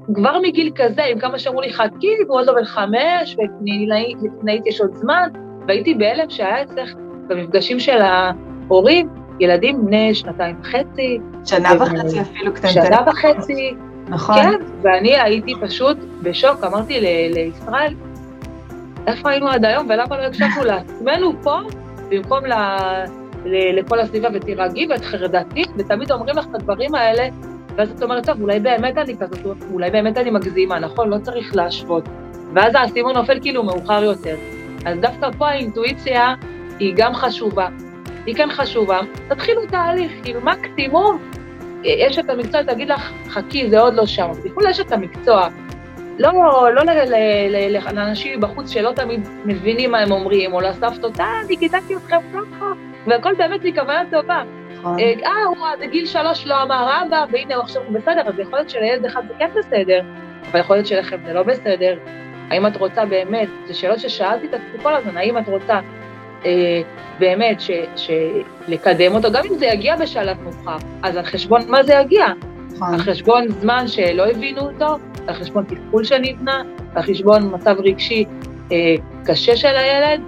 כבר מגיל כזה, עם כמה שאמרו לי, חכי, והוא עוד לא בן 5, וקלינאית יש עוד זמן, והייתי בהלם שהיה אצלך במפגשים של ההורים, ילדים בני 2.5. שנה וחצי אפילו קטנטנים. שנה וחצי. נכון. כן, ואני הייתי פשוט בשוק, אמרתי לישראל, איפה היינו עד היום, ולמה לא הקשבנו לעצמנו פה, במקום לכל הסביבה, ותירגעי ואת חרדתית, ותמיד אומרים לך את הדברים האלה, ואז את אומרת, טוב, אולי באמת אני כזאת, אולי באמת אני מגזימה, נכון? לא צריך להשוות. ואז האסימון נופל כאילו מאוחר יותר. אז דווקא פה האינטואיציה היא גם חשובה. היא כן חשובה. תתחילו תהליך, כאילו מקסימום, יש את המקצוע, תגיד לך, חכי, זה עוד לא שם. תתחילו יש את המקצוע. לא לאנשים בחוץ שלא תמיד מבינים מה הם אומרים, או לסבתות, אני גידלתי אתכם ככה, והכל באמת מכוונה טובה. הוא עד גיל 3 לא אמר אבא, והנה הוא עכשיו בסדר, אז יכול להיות שלילד אחד זה כן בסדר, אבל יכול להיות שלכם זה לא בסדר. האם את רוצה באמת, זה שאלות ששאלתי את עצמי כל הזמן, האם את רוצה באמת לקדם אותו, גם אם זה יגיע בשלב מאוחר, אז על חשבון מה זה יגיע? על חשבון זמן שלא הבינו אותו, על חשבון תפקול שנבנה, על חשבון מצב רגשי קשה של הילד,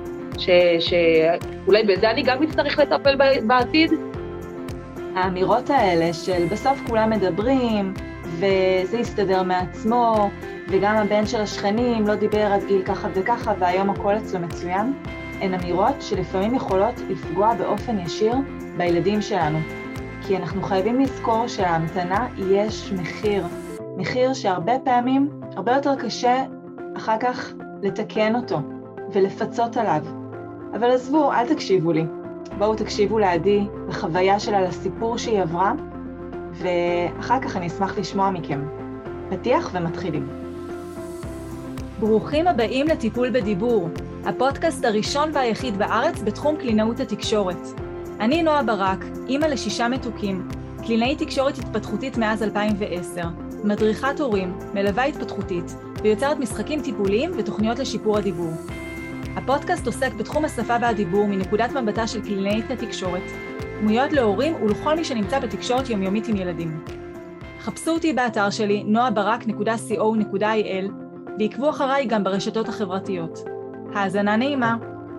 שאולי בזה אני גם מצטרך לטפל בעתיד. האמירות האלה של בסוף כולם מדברים, וזה יסתדר מעצמו, וגם הבן של השכנים לא דיבר עד גיל ככה וככה, והיום הכל אצלו מצוין, הן אמירות שלפעמים יכולות לפגוע באופן ישיר בילדים שלנו. כי אנחנו חייבים לזכור שלהמתנה יש מחיר שהרבה פעמים, הרבה יותר קשה אחר כך לתקן אותו ולפצות עליו. אבל עזבו, אל תקשיבו לי. בואו תקשיבו לעדי בחוויה שלה לסיפור שהיא עברה, ואחר כך אני אשמח לשמוע מכם. פתיח ומתחילים. ברוכים הבאים לטיפול בדיבור, הפודקאסט הראשון והיחיד בארץ בתחום קלינאות התקשורת. אני נועה ברק, אימא ל6 מתוקים, קלינאית תקשורת התפתחותית מאז 2010, מדריכת הורים, מלווה התפתחותית, ויוצרת משחקים טיפוליים ותוכניות לשיפור הדיבור. הפודקאסט עוסק בתחום השפה והדיבור מנקודת מבטה של קלינאית התקשורת, דמויות להורים ולכל מי שנמצא בתקשורת יומיומית עם ילדים. חפשו אותי באתר שלי noabarak.co.il ועקבו אחריי גם ברשתות החברתיות. האזנה נעימה.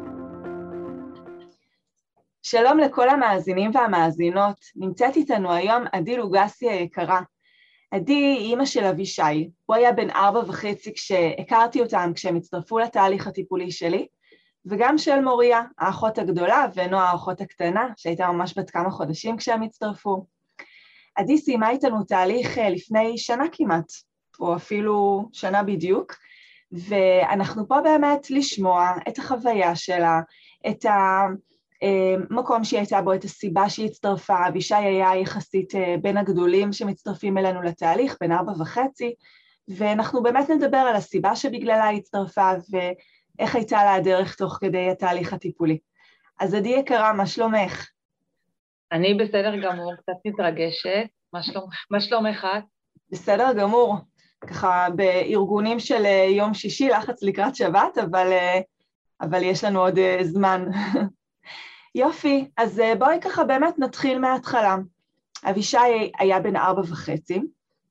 שלום לכל המאזינים והמאזינות, נמצאת איתנו היום עדי לוגסי היקרה. עדי היא אימא של אבישי, הוא היה בן 4.5 כשהכרתי אותם כשהם הצטרפו לתהליך הטיפולי שלי, וגם של מוריה, האחות הגדולה, ונועה האחות הקטנה, שהייתה ממש בת כמה חודשים כשהם הצטרפו. עדי סיימה איתנו תהליך לפני שנה כמעט, או אפילו שנה בדיוק, ואנחנו פה באמת לשמוע את החוויה שלה, את המקום שהיא הייתה בו, את הסיבה שהיא הצטרפה. אבישי היה יחסית בין הגדולים שמצטרפים אלינו לתהליך, בן 4.5, ואנחנו באמת נדבר על הסיבה שבגללה היא הצטרפה, ואיך הייתה לה הדרך תוך כדי התהליך הטיפולי. אז עדי יקרה, מה שלומך? אני בסדר גמור, קצת מתרגשת. מה שלומך את? בסדר גמור. ככה בארגונים של יום שישי, לחץ לקראת שבת, אבל יש לנו עוד זמן. יופי, אז בואי ככה באמת נתחיל מההתחלה. אבישי היה בן 4.5,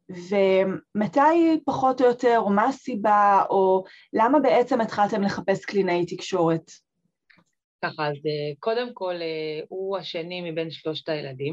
ומתי פחות או יותר, או מה הסיבה, או למה בעצם התחלתם לחפש קלינאי תקשורת? ככה, אז קודם כל, הוא השני מבין 3 הילדים,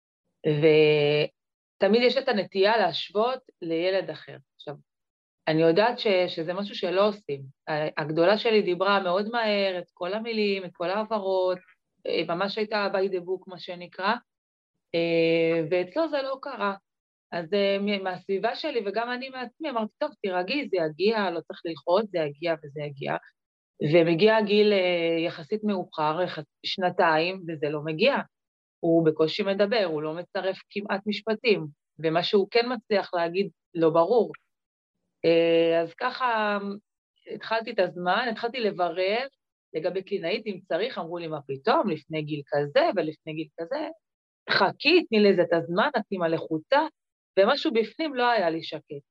ותמיד יש את הנטייה להשוות לילד אחר. עכשיו, אני יודעת שזה משהו שלא עושים. הגדולה שלי דיברה מאוד מהר את כל המילים, את כל העברות, ממש הייתה by the book, מה שנקרא, ואצלו זה לא קרה. אז מהסביבה שלי וגם אני מעצמי אמרתי, טוב, תירגעי, זה יגיע, לא צריך ללחוץ, זה יגיע וזה יגיע. ומגיע גיל יחסית מאוחר, 2, וזה לא מגיע. הוא בקושי מדבר, הוא לא מצרף כמעט משפטים, ומה שהוא כן מצליח להגיד לא ברור. אז ככה התחלתי את הזמן, התחלתי לברר לגבי קלינאית, אם צריך, אמרו לי מה פתאום, לפני גיל כזה ולפני גיל כזה, חכי, תני לזה את הזמן, תני מלאכותה, ומשהו בפנים לא היה לי שקט.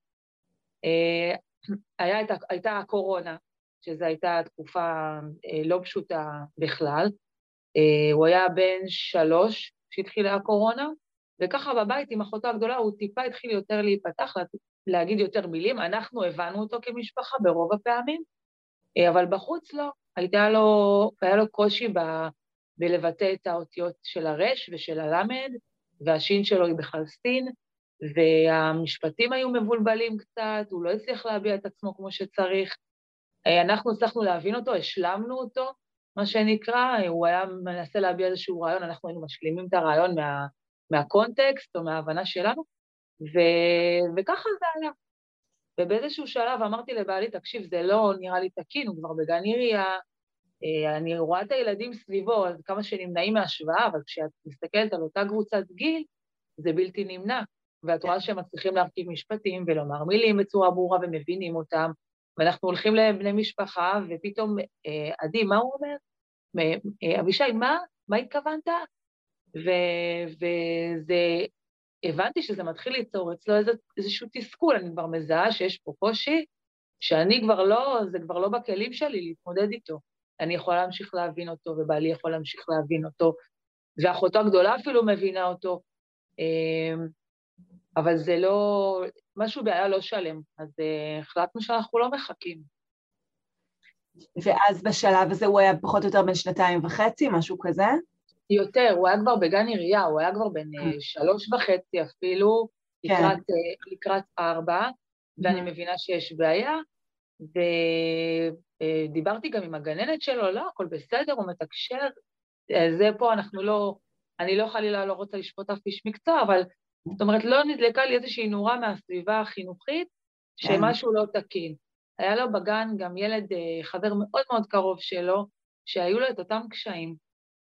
הייתה הקורונה, שזו הייתה תקופה לא פשוטה בכלל, הוא היה בן 3 שהתחילה הקורונה, וככה בבית עם אחותו הגדולה הוא טיפה התחיל יותר להיפתח, להגיד יותר מילים, אנחנו הבנו אותו כמשפחה ברוב הפעמים, אבל בחוץ לא. היה לו קושי בלבטא את האותיות של הרש ושל הלמד, והשין שלו היא בכלל סין, והמשפטים היו מבולבלים קצת, הוא לא הצליח להביע את עצמו כמו שצריך. אנחנו הצלחנו להבין אותו, השלמנו אותו, מה שנקרא, הוא היה מנסה להביע איזשהו רעיון, אנחנו היינו משלימים את הרעיון מהקונטקסט או מההבנה שלנו, וככה זה היה. ובאיזשהו שלב אמרתי לבעלי, תקשיב, זה לא נראה לי תקין, הוא כבר בגן עירייה, אני רואה את הילדים סביבו, אז כמה שנמנעים מהשוואה, אבל כשאת מסתכלת על אותה קבוצת גיל, זה בלתי נמנע. ואת רואה שהם מצליחים להרכיב משפטים ולומר מילים בצורה ברורה ומבינים אותם, ואנחנו הולכים לבני משפחה, ופתאום, עדי, מה הוא אומר? אבישי, מה התכוונת? וזה, הבנתי שזה מתחיל ליצור אצלו איזשהו תסכול, אני כבר מזהה שיש פה קושי, שאני כבר לא, זה כבר לא בכלים שלי להתמודד איתו. אני יכולה להמשיך להבין אותו, ובעלי יכול להמשיך להבין אותו, ואחותו הגדולה אפילו מבינה אותו, אבל זה לא, משהו בעיה לא שלם, אז החלטנו שאנחנו לא מחכים. ואז בשלב הזה הוא היה פחות או יותר בן 2.5, משהו כזה? יותר, הוא היה כבר בגן עירייה, הוא היה כבר בן 3.5 אפילו, לקראת 4, ואני מבינה שיש בעיה, ודיברתי גם עם הגננת שלו, לא, הכל בסדר, הוא מתקשר, זה פה אנחנו לא, אני לא חלילה לא רוצה לשפוט אף איש מקצוע, אבל זאת אומרת, לא נדלקה לי איזושהי נורה מהסביבה החינוכית, שמשהו לא תקין. היה לו בגן גם ילד, חבר מאוד מאוד קרוב שלו, שהיו לו את אותם קשיים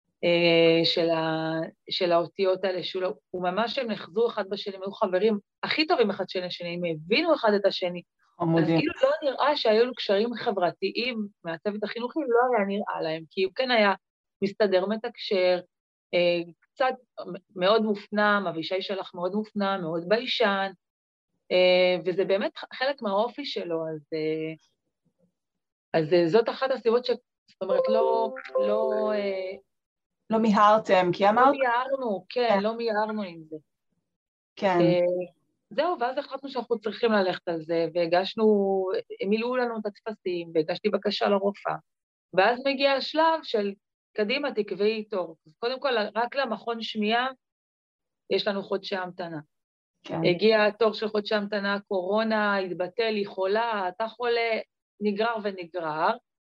של האותיות האלה, הוא ממש הם נחזו אחד בשני, הם היו חברים הכי טובים אחד של השני, הם הבינו אחד את השני, אז כאילו לא נראה שהיו לו קשרים חברתיים מהצוות החינוכי, לא היה נראה להם, כי הוא כן היה מסתדר, מתקשר, קצת מאוד מופנם, אבישי שלח מאוד מופנם, מאוד ביישן, וזה באמת חלק מהאופי שלו, אז זאת אחת הסיבות זאת אומרת, לא מיהרתם, כי אמרת... לא מיהרנו, כן, לא מיהרנו עם זה. כן. זהו, ואז החלטנו שאנחנו צריכים ללכת על זה, והגשנו, הם מילאו לנו את הטפסים, והגשתי בקשה לרופאה. ואז מגיע השלב של, קדימה, תקבעי תור. אז קודם כל, רק למכון שמיעה, יש לנו חודשי המתנה. כן. הגיע התור של חודשי המתנה, קורונה, התבטל, היא חולה, אתה חולה, נגרר ונגרר,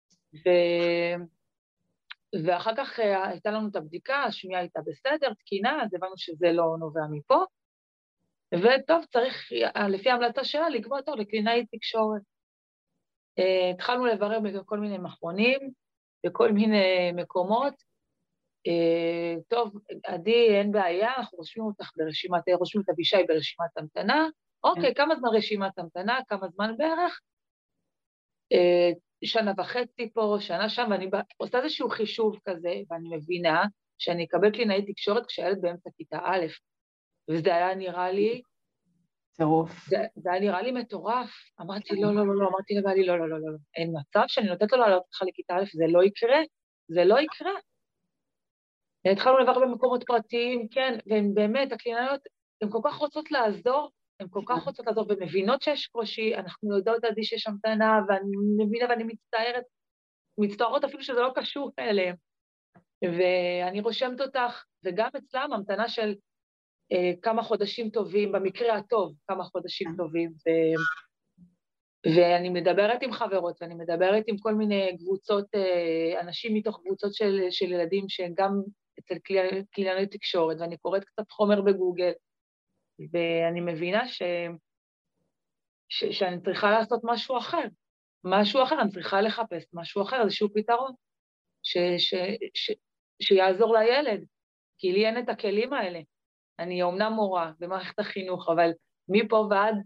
ואחר כך הייתה לנו את הבדיקה, השמיעה הייתה בסדר, תקינה, אז הבנו שזה לא נובע מפה, וטוב, צריך, לפי ההמלצה שלה, לקבוע תור לקלינאית תקשורת. התחלנו לברר בכל מיני מכונים, בכל מיני מקומות. טוב, עדי, אין בעיה, אנחנו רושמים אותך רושמים את אבישי ברשימת המתנה. אוקיי, כמה זמן רשימת המתנה, כמה זמן בערך? 1.5 שנה פה, שנה שם, ואני עושה איזשהו חישוב כזה, ואני מבינה שאני אקבל קלינאית תקשורת כשהילד באמצע כיתה א', וזה היה נראה לי... טירוף. זה היה נראה לי מטורף. אמרתי, לא, אמרתי לבעלי, לא, אין מצב שאני נותנת לו לעלות לך לכיתה א', זה לא יקרה. התחלנו לברר במקומות פרטיים, כן, והן באמת, הקלינאיות, הן כל כך רוצות לעזור, ומבינות שיש קושי, אנחנו יודעות עדי שיש המתנה, ואני מבינה ואני מצטערות אפילו שזה לא קשור אליהם. ואני רושמת אותך, וגם אצלם המתנה של כמה חודשים טובים, במקרה הטוב, כמה חודשים טובים, ואני מדברת עם חברות, ואני מדברת עם כל מיני קבוצות, אנשים מתוך קבוצות של ילדים שגם אצל קלינאיות תקשורת, ואני קוראת קצת חומר בגוגל, ואני מבינה שאני צריכה לעשות משהו אחר, אני צריכה לחפש משהו אחר, איזשהו פתרון, שיעזור לילד, כי לי אין את הכלים האלה. אני אומנם מורה במערכת החינוך, אבל מפה ועד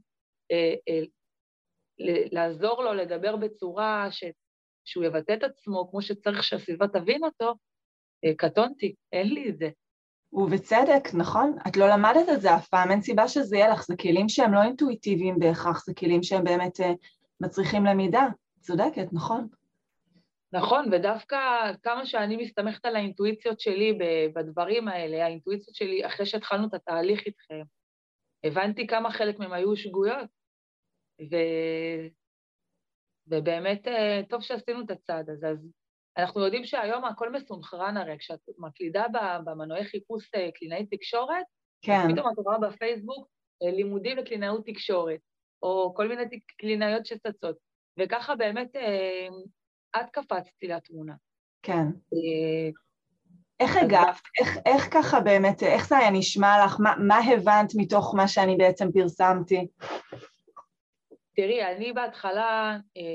לעזור לו לדבר בצורה שהוא יבטא את עצמו, כמו שצריך שהסביבה תבין אותו, קטונתי, אין לי את זה. ובצדק, נכון? את לא למדת את זה אף פעם, אין סיבה שזה יהיה לך, זה כלים שהם לא אינטואיטיביים בהכרח, זה כלים שהם באמת מצריכים למידה, צודקת, נכון? נכון, ודווקא כמה שאני מסתמכת על האינטואיציות שלי בדברים האלה, האינטואיציות שלי אחרי שהתחלנו את התהליך איתכם, הבנתי כמה חלק מהם היו שגויות, ובאמת טוב שעשינו את הצעד הזה. אז אנחנו יודעים שהיום הכל מסונכרן הרי, כשאת מקלידה במנועי חיפוש קלינאית תקשורת, אז כן, פתאום את רואה בפייסבוק לימודים לקלינאות תקשורת, או כל מיני קלינאיות שצצות, וככה באמת את קפצתי לתמונה. כן. אה, איך אז הגבת? איך ככה באמת, איך זה היה נשמע לך? מה הבנת מתוך מה שאני בעצם פרסמתי? תראי, אני בהתחלה,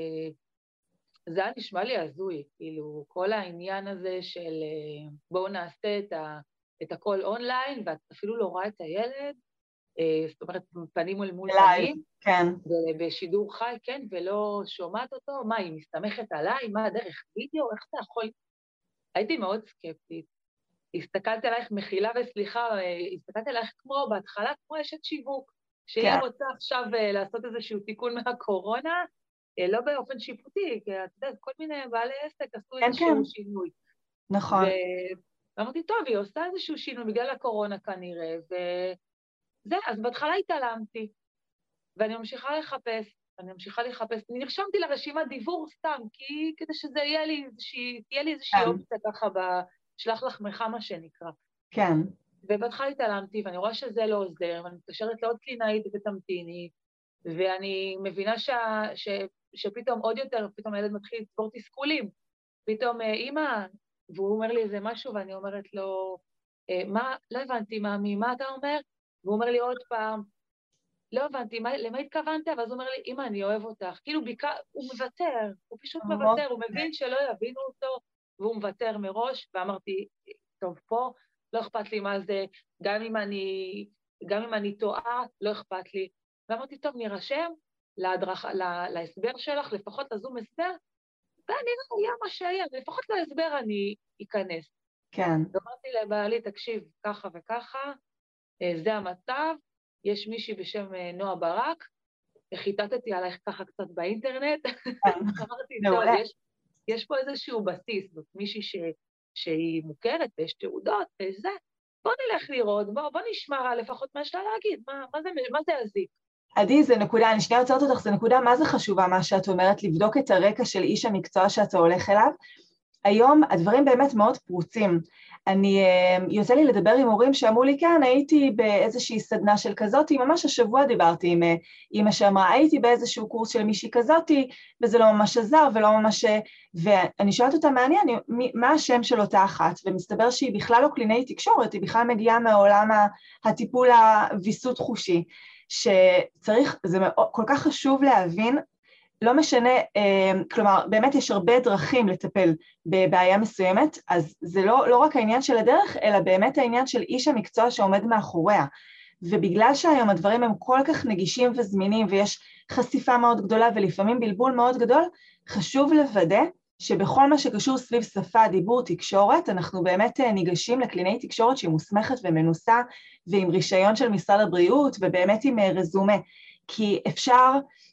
זה היה נשמע לי הזוי, כאילו, כל העניין הזה של בואו נעשה את הכל אונליין, ואת אפילו לא רואה את הילד, זאת אומרת, פנים מול לייב, פנים, כן. בשידור חי, כן, ולא שומעת אותו, מה, היא מסתמכת עליי? מה, דרך וידאו? איך אתה יכול? הייתי מאוד סקפטית. הסתכלתי עלייך, מחילה וסליחה, הסתכלתי עלייך כמו בהתחלה, כמו אשת שיווק, שהיא כן, רוצה עכשיו לעשות איזשהו תיקון מהקורונה, לא באופן שיפוטי, כי את יודעת, כל מיני בעלי עסק עשו כן, כן, איזשהו שינוי. נכון. ואמרתי, טוב, היא עושה איזשהו שינוי בגלל הקורונה כנראה, וזה, אז בהתחלה התעלמתי, ואני ממשיכה לחפש, אני נרשמתי לרשימת דיבור סתם, כי כדי שזה יהיה לי תהיה לי איזושהי כן, אופציה ככה בשלח לחמך, מה שנקרא. כן, ובהתחלה התעלמתי, ואני רואה שזה לא עוזר, ואני מתקשרת לעוד קלינאית ותמתיני, ואני מבינה שפתאום עוד יותר, פתאום הילד מתחיל לצבור תסכולים. פתאום, אמא, והוא אומר לי איזה משהו, ואני אומרת לו, מה, לא הבנתי, מאמי, מה אתה אומר? והוא אומר לי עוד פעם, לא הבנתי, למה התכוונת? ואז הוא אומר לי, אמא, אני אוהב אותך. כאילו, הוא מוותר, הוא פשוט מוותר, הוא מבין שלא יבינו אותו, והוא מוותר מראש, ואמרתי, טוב, פה לא אכפת לי מה זה, גם אם אני טועה, לא אכפת לי. ואמרתי, טוב, נרשם להסבר שלך, לפחות לזום הסבר, ונראה, יהיה מה שהיה, לפחות להסבר אני אכנס. כן. ואמרתי לבעלי, תקשיב, ככה וככה, זה המצב, יש מישהי בשם נועה ברק, חיטטתי עלייך ככה קצת באינטרנט, אמרתי, טוב, מעולה. יש פה איזשהו בסיס, זאת מישהי שהיא מוכרת ויש תעודות וזה, בוא נלך לראות, בוא נשמע לפחות מה יש לה להגיד, מה זה הזיק? עדי, זה נקודה, אני שנייה עוצרת אותך, זה נקודה מה זה חשובה מה שאת אומרת, לבדוק את הרקע של איש המקצוע שאתה הולך אליו. היום הדברים באמת מאוד פרוצים. יוצא לי לדבר עם הורים שאמרו לי, כן, הייתי באיזושהי סדנה של כזאתי, ממש השבוע דיברתי עם אמא שאמרה, הייתי באיזשהו קורס של מישהי כזאתי, וזה לא ממש עזר ולא ממש... ואני שואלת אותה, מעניין, מה השם של אותה אחת? ומסתבר שהיא בכלל לא קלינאית תקשורת, היא בכלל מגיעה מעולם הטיפול הוויסות חושי, שצריך, זה כל כך חשוב להבין, לא משנה, כלומר, באמת יש הרבה דרכים לטפל בבעיה מסוימת, אז זה לא רק העניין של הדרך, אלא באמת העניין של איש המקצוע שעומד מאחוריה. ובגלל שהיום הדברים הם כל כך נגישים וזמינים, ויש חשיפה מאוד גדולה ולפעמים בלבול מאוד גדול, חשוב לוודא שבכל מה שקשור סביב שפה, דיבור, תקשורת, אנחנו באמת ניגשים לקלינאית תקשורת שהיא מוסמכת ומנוסה, ועם רישיון של משרד הבריאות, ובאמת עם רזומה. כי אפשר...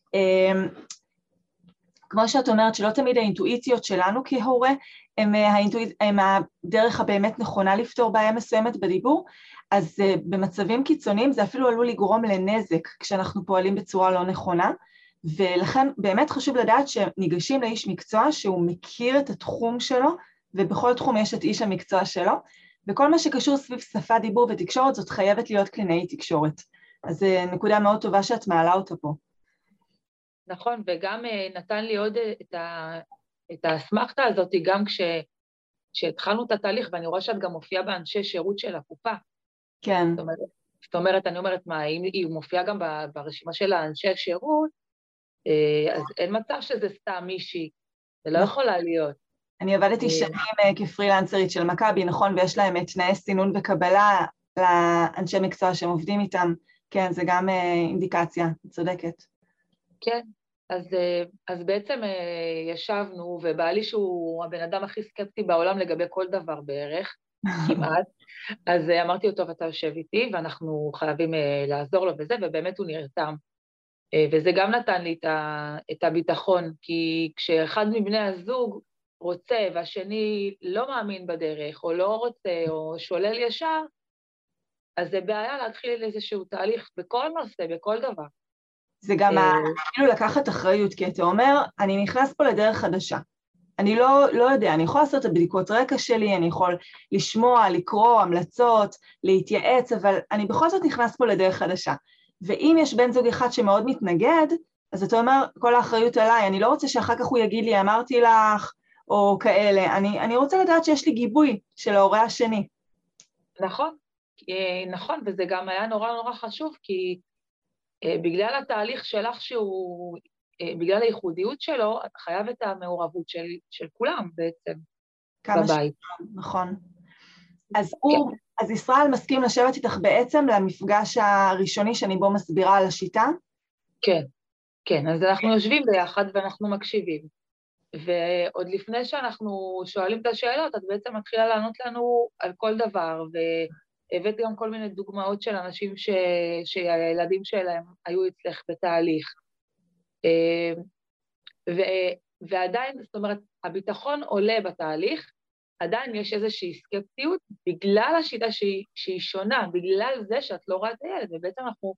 כמו שאת אומרת, שלא תמיד האינטואיציות שלנו כהורה, הם הדרך הבאמת נכונה לפתור בעיה מסוימת בדיבור, אז במצבים קיצוניים זה אפילו עלול לגרום לנזק כשאנחנו פועלים בצורה לא נכונה, ולכן באמת חשוב לדעת שניגשים לאיש מקצוע שהוא מכיר את התחום שלו, ובכל תחום יש את איש המקצוע שלו, וכל מה שקשור סביב שפה, דיבור ותקשורת, זאת חייבת להיות קלינאית תקשורת. אז זו נקודה מאוד טובה שאת מעלה אותה פה. נכון, וגם נתן לי עוד את האסמכתה הזאת, גם כשהתחלנו את התהליך, ואני רואה שאת גם מופיעה באנשי שירות של הקופה. כן. זאת אומרת, אני אומרת, מה, אם היא מופיעה גם ברשימה של האנשי שירות, אז אין מצב שזה סתם מישהי, זה לא יכולה להיות. אני עבדתי שנים כפרילנסרית של מכבי, נכון, ויש להם תנאי סינון וקבלה לאנשי מקצוע שהם עובדים איתם, כן, זה גם אינדיקציה, צודקת. כן, אז בעצם ישבנו, ובעלי שהוא הבן אדם הכי סקפטי בעולם לגבי כל דבר בערך, כמעט, אז אמרתי לו, טוב, אתה יושב איתי, ואנחנו חייבים לעזור לו וזה, ובאמת הוא נרתם. וזה גם נתן לי את הביטחון, כי כשאחד מבני הזוג רוצה, והשני לא מאמין בדרך, או לא רוצה, או שולל ישר, אז זה בעיה להתחיל איזשהו תהליך בכל נושא, בכל דבר. זה גם כאילו לקחת אחריות, כי אתה אומר, אני נכנס פה לדרך חדשה. אני לא יודע, אני יכול לעשות את הבדיקות רקע שלי, אני יכול לשמוע, לקרוא, המלצות, להתייעץ, אבל אני בכל זאת נכנס פה לדרך חדשה. ואם יש בן זוג אחד שמאוד מתנגד, אז אתה אומר, כל האחריות עליי, אני לא רוצה שאחר כך הוא יגיד לי, אמרתי לך, או כאלה, אני רוצה לדעת שיש לי גיבוי של ההורה השני. נכון, נכון, וזה גם היה נורא נורא חשוב, כי בגלל התהליך שלך בגלל הייחודיות שלו, את חייב את המעורבות של כולם בעצם בבית. נכון. אז ישראל מסכים לשבת איתך בעצם למפגש הראשוני שאני בו מסבירה על השיטה? כן, כן, אז אנחנו יושבים ביחד ואנחנו מקשיבים. ועוד לפני שאנחנו שואלים את השאלות, את בעצם מתחילה לענות לנו על כל דבר, והבאת גם כל מיני דוגמאות של אנשים שהילדים שלהם היו אצלך בתהליך. ועדיין, זאת אומרת, הביטחון עולה בתהליך, עדיין יש איזושהי סקפטיות, בגלל השיטה שהיא שונה, בגלל זה שאת לא רואה את הילד, ובעצם אנחנו...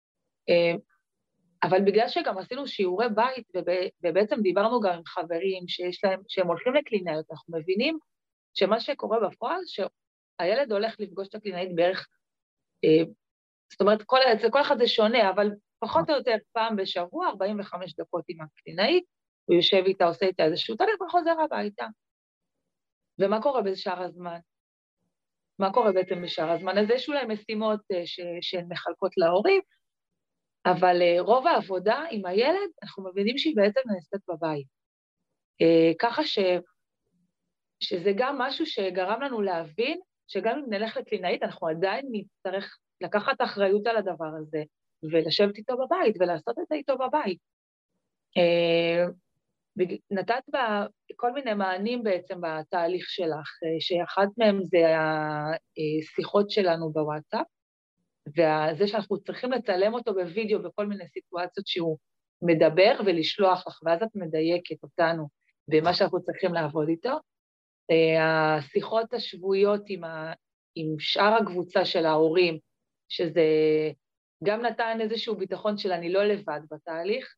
אבל בגלל שגם עשינו שיעורי בית, ובעצם דיברנו גם עם חברים שהם הולכים לקלינאיות, אנחנו מבינים שמה שקורה בפועל, שהילד הולך לפגוש את הקלינאית בערך, זאת אומרת, אצל כל אחד זה שונה, אבל פחות או יותר פעם בשבוע, 45 דקות עם הקלינאית, הוא יושב איתה, עושה איתה איזשהו תהליך וחוזר הביתה. ומה קורה בשאר הזמן? מה קורה בעצם בשאר הזמן? אז יש אולי משימות שהן מחלקות להורים, אבל רוב העבודה עם הילד, אנחנו מבינים שהיא בעצם נעשית בבית. ככה שזה גם משהו שגרם לנו להבין, שגם אם נלך לקלינאית, אנחנו עדיין נצטרך לקחת אחריות על הדבר הזה, ולשבת איתו בבית, ולעשות את זה איתו בבית. נתת בה כל מיני מענים בעצם בתהליך שלך, שאחד מהם זה השיחות שלנו בוואטסאפ, וזה שאנחנו צריכים לצלם אותו בווידאו בכל מיני סיטואציות שהוא מדבר ולשלוח לך, ואז את מדייקת אותנו במה שאנחנו צריכים לעבוד איתו. השיחות השבועיות עם שאר הקבוצה של ההורים, שזה גם נתן איזשהו ביטחון של אני לא לבד בתהליך,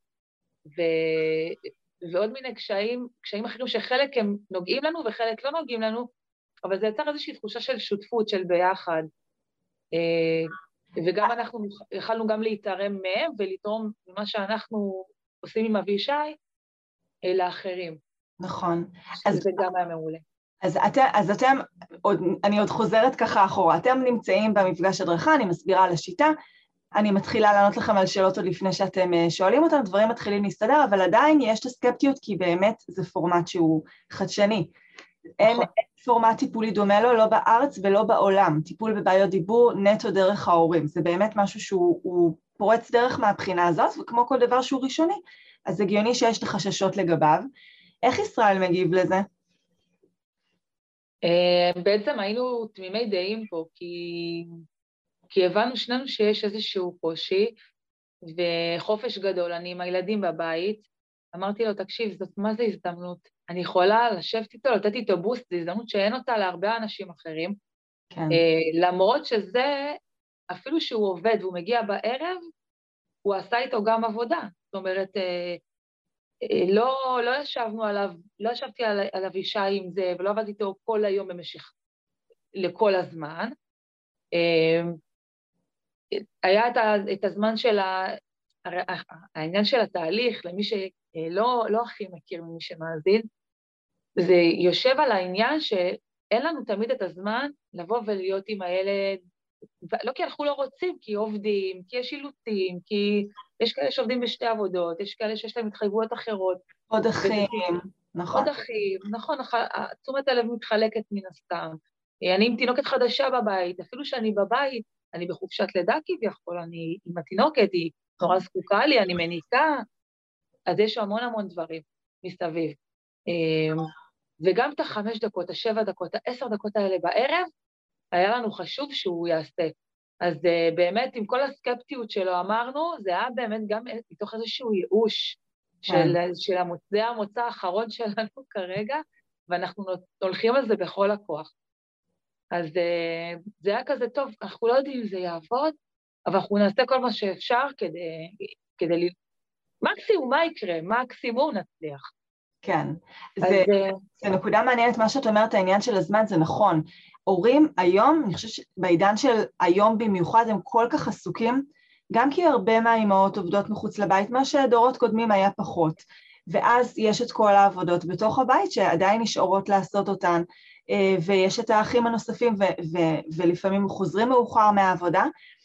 ועוד מיני קשיים אחרים שחלק הם נוגעים לנו וחלק לא נוגעים לנו, אבל זה יצר איזושהי תחושה של שותפות, של ביחד. וגם אנחנו יכלנו גם להתערם מהם ולתרום ממה שאנחנו עושים עם אבישי לאחרים. נכון. זה גם היה מעולה. אז אתם, אני עוד חוזרת ככה אחורה, אתם נמצאים במפגש הדרכה, אני מסבירה על השיטה, אני מתחילה לענות לכם על שאלות עוד לפני שאתם שואלים אותם, דברים מתחילים להסתדר, אבל עדיין יש את הסקפטיות, כי באמת זה פורמט שהוא חדשני. אין פורמט טיפולי דומה לו, לא בארץ ולא בעולם. טיפול בבעיות דיבור נטו דרך ההורים. זה באמת משהו שהוא פורץ דרך מהבחינה הזאת, וכמו כל דבר שהוא ראשוני, אז הגיוני שיש את החששות לגביו. איך ישראל מגיב לזה? בעצם היינו תמימי דעים פה, כי הבנו שנינו שיש איזשהו קושי, וחופש גדול, אני עם הילדים בבית, אמרתי לו, תקשיב, זאת מה זה הזדמנות? אני יכולה לשבת איתו, לתת איתו בוסט, זו הזדמנות שאין אותה להרבה אנשים אחרים, כן. למרות שזה, אפילו שהוא עובד והוא מגיע בערב, הוא עשה איתו גם עבודה. זאת אומרת, לא ישבנו עליו, לא ישבתי על אבישי עם זה, ולא עבדתי איתו כל היום במשך, לכל הזמן. היה את הזמן של העניין של התהליך, למי שלא הכי מכיר ממי שמאזין, זה יושב על העניין שאין לנו תמיד את הזמן לבוא ולהיות עם הילד, לא כי אנחנו לא רוצים, כי עובדים, כי יש אילוצים, כי יש כאלה שעובדים בשתי עבודות, יש כאלה שיש להם התחייבויות אחרות. עוד אחים, נכון. עוד אחים, נכון, תשומת הלב מתחלקת מן הסתם. אני עם תינוקת חדשה בבית, אפילו שאני בבית, אני בחופשת לידה כביכול, אני עם התינוקת, היא נורא זקוקה לי, אני מניקה, אז יש המון המון דברים מסביב. וגם את 5 דקות, 7 דקות, 10 דקות האלה בערב, היה לנו חשוב שהוא יעשה. אז באמת, עם כל הסקפטיות שלו אמרנו, זה היה באמת גם מתוך איזשהו ייאוש, זה המוצא האחרון שלנו כרגע, ואנחנו הולכים על זה בכל הכוח. אז זה היה כזה טוב, אנחנו לא יודעים אם זה יעבוד, אבל אנחנו נעשה כל מה שאפשר כדי כדי מקסימום מה יקרה, מקסימום נצליח. כן, אז זה נקודה מעניינת מה שאת אומרת, העניין של הזמן, זה נכון. הורים היום, אני חושבת שבעידן של היום במיוחד, הם כל כך עסוקים, גם כי הרבה מהאימהות עובדות מחוץ לבית, מה שדורות קודמים היה פחות. ואז יש את כל העבודות בתוך הבית שעדיין נשארות לעשות אותן, ויש את האחים הנוספים, ולפעמים חוזרים מאוחר מהעבודה,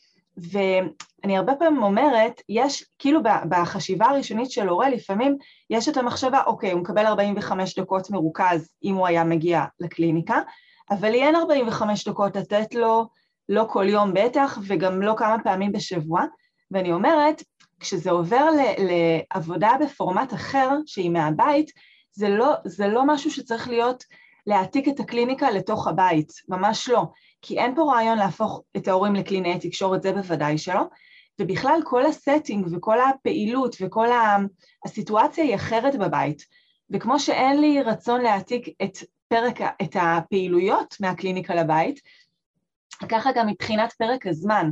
ואני הרבה פעמים אומרת, יש, כאילו בחשיבה הראשונית של הורה, לפעמים יש את המחשבה, אוקיי, הוא מקבל 45 דקות מרוכז אם הוא היה מגיע לקליניקה, אבל לי אין 45 דקות לתת לו, לא כל יום בטח, וגם לא כמה פעמים בשבוע, ואני אומרת, כשזה עובר לעבודה בפורמט אחר, שהיא מהבית, זה לא משהו שצריך להיות, להעתיק את הקליניקה לתוך הבית, ממש לא. כי אין פה רעיון להפוך את ההורים לקלינאי תקשורת, זה בוודאי שלא, ובכלל כל הסטינג וכל הפעילות וכל הסיטואציה היא אחרת בבית, וכמו שאין לי רצון להעתיק את הפעילויות מהקליניקה לבית, ככה גם מבחינת פרק הזמן,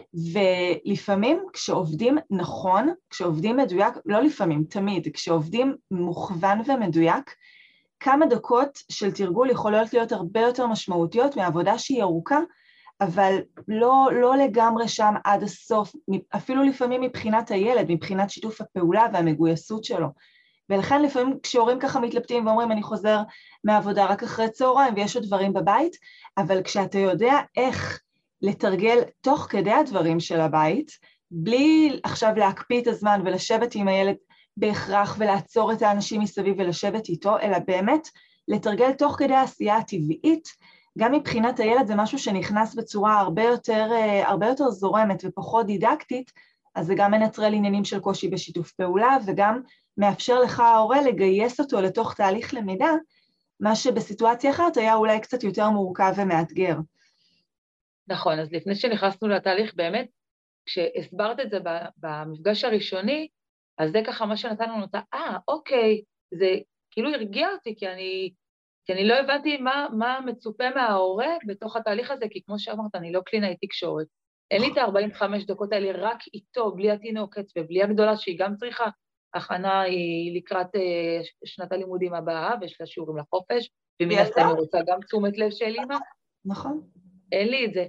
ולפעמים כשעובדים נכון, כשעובדים מדויק, לא לפעמים, תמיד, כשעובדים מוכוון ומדויק, כמה דקות של תרגול יכולות להיות הרבה יותר משמעותיות מעבודה שהיא ארוכה, אבל לא לגמרי שם עד הסוף, אפילו לפעמים מבחינת הילד, מבחינת שיתוף הפעולה והמגויסות שלו. ולכן לפעמים כשהורים ככה מתלבטים ואומרים אני חוזר מהעבודה רק אחרי צהריים ויש עוד דברים בבית, אבל כשאתה יודע איך לתרגל תוך כדי הדברים של הבית, בלי עכשיו להקפיא את הזמן ולשבת עם הילד בהכרח ולעצור את האנשים מסביב ולשבת איתו, אלא באמת לתרגל תוך כדי העשייה הטבעית, גם מבחינת הילד זה משהו שנכנס בצורה הרבה יותר זורמת ופחות דידקטית, אז זה גם מנטרל עניינים של קושי בשיתוף פעולה, וגם מאפשר לך ההורה לגייס אותו לתוך תהליך למידה, מה שבסיטואציה אחרת היה אולי קצת יותר מורכב ומאתגר. נכון, אז לפני שנכנסנו לתהליך, באמת, כשהסברת את זה במפגש הראשוני, אז זה ככה מה שנתן לנו אותה, אוקיי, זה כאילו הרגיע אותי, כי אני לא הבנתי מה מצופה מההורה בתוך התהליך הזה, כי כמו שאמרת, אני לא קלינאי תקשורת. אין לי את ה-45 דקות האלה רק איתו, בלי התינוקת ובלי הגדולה, שהיא גם צריכה הכנה היא לקראת שנת הלימודים הבאה, ויש לה שיעורים לחופש, ומן הסתם היא רוצה גם תשומת לב של אמא. נכון. אין לי את זה.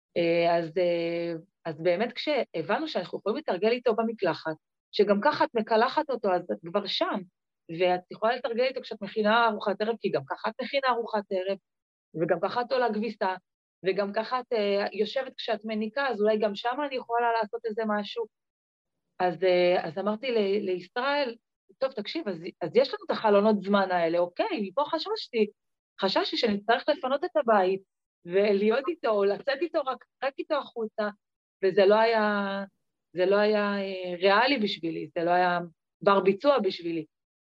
אז באמת כשהבנו שאנחנו יכולים לתרגל איתו במקלחת, שגם ככה את מקלחת אותו, אז את כבר שם, ואת יכולה לתרגל איתו כשאת מכינה ארוחת ערב, כי גם ככה את מכינה ארוחת ערב, וגם ככה את עולה כביסה, וגם ככה את יושבת כשאת מניקה, אז אולי גם שם אני יכולה לעשות איזה משהו. אז אמרתי לישראל, טוב, תקשיב, אז יש לנו את החלונות זמן האלה, אוקיי, מפה חששתי שאני צריך לפנות את הבית, ולהיות איתו, או לצאת איתו רק איתו החוצה, וזה לא היה ריאלי בשבילי, זה לא היה בר ביצוע בשבילי.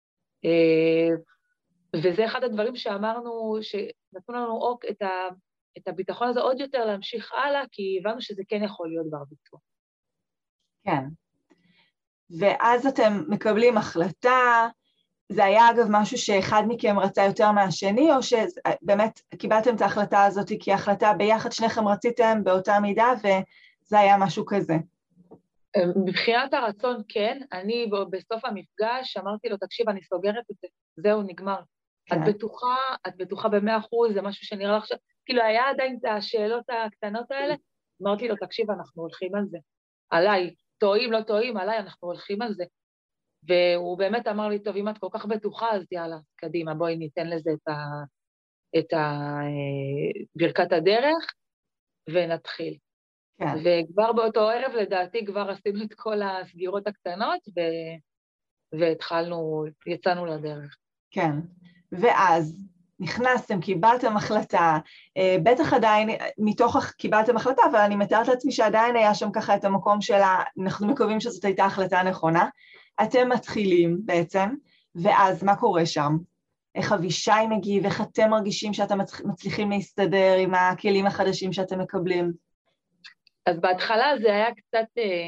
וזה אחד הדברים שאמרנו, שנתנו לנו את הביטחון הזה עוד יותר להמשיך הלאה, כי הבנו שזה כן יכול להיות בר ביצוע. כן. ואז אתם מקבלים החלטה, זה היה אגב משהו שאחד מכם רצה יותר מהשני, או שבאמת קיבלתם את ההחלטה הזאת כי ההחלטה ביחד שניכם רציתם באותה מידה, וזה היה משהו כזה? מבחינת הרצון כן, אני בסוף המפגש אמרתי לו, תקשיב, אני סוגרת את זה, זהו, נגמר. כן. את בטוחה ב100%, זה משהו שנראה לך, כאילו היה עדיין את השאלות הקטנות האלה, אמרתי לו, תקשיב, אנחנו הולכים על זה. עליי, טועים, לא טועים, עליי, אנחנו הולכים על זה. והוא באמת אמר לי, טוב, אם את כל כך בטוחה, אז יאללה, קדימה, בואי ניתן לזה את ברכת הדרך, ונתחיל. כן. וכבר באותו ערב, לדעתי, כבר עשינו את כל הסגירות הקטנות, והתחלנו, יצאנו לדרך. כן, ואז נכנסתם, קיבלתם החלטה, בטח עדיין, קיבלתם החלטה, אבל אני מתארת לעצמי שעדיין היה שם ככה את המקום שלה, אנחנו מקווים שזאת הייתה החלטה נכונה, אתם מתחילים בעצם, ואז מה קורה שם? איך אבישי מגיב, איך אתם מרגישים שאתם מצליחים להסתדר עם הכלים החדשים שאתם מקבלים? אז בהתחלה זה היה קצת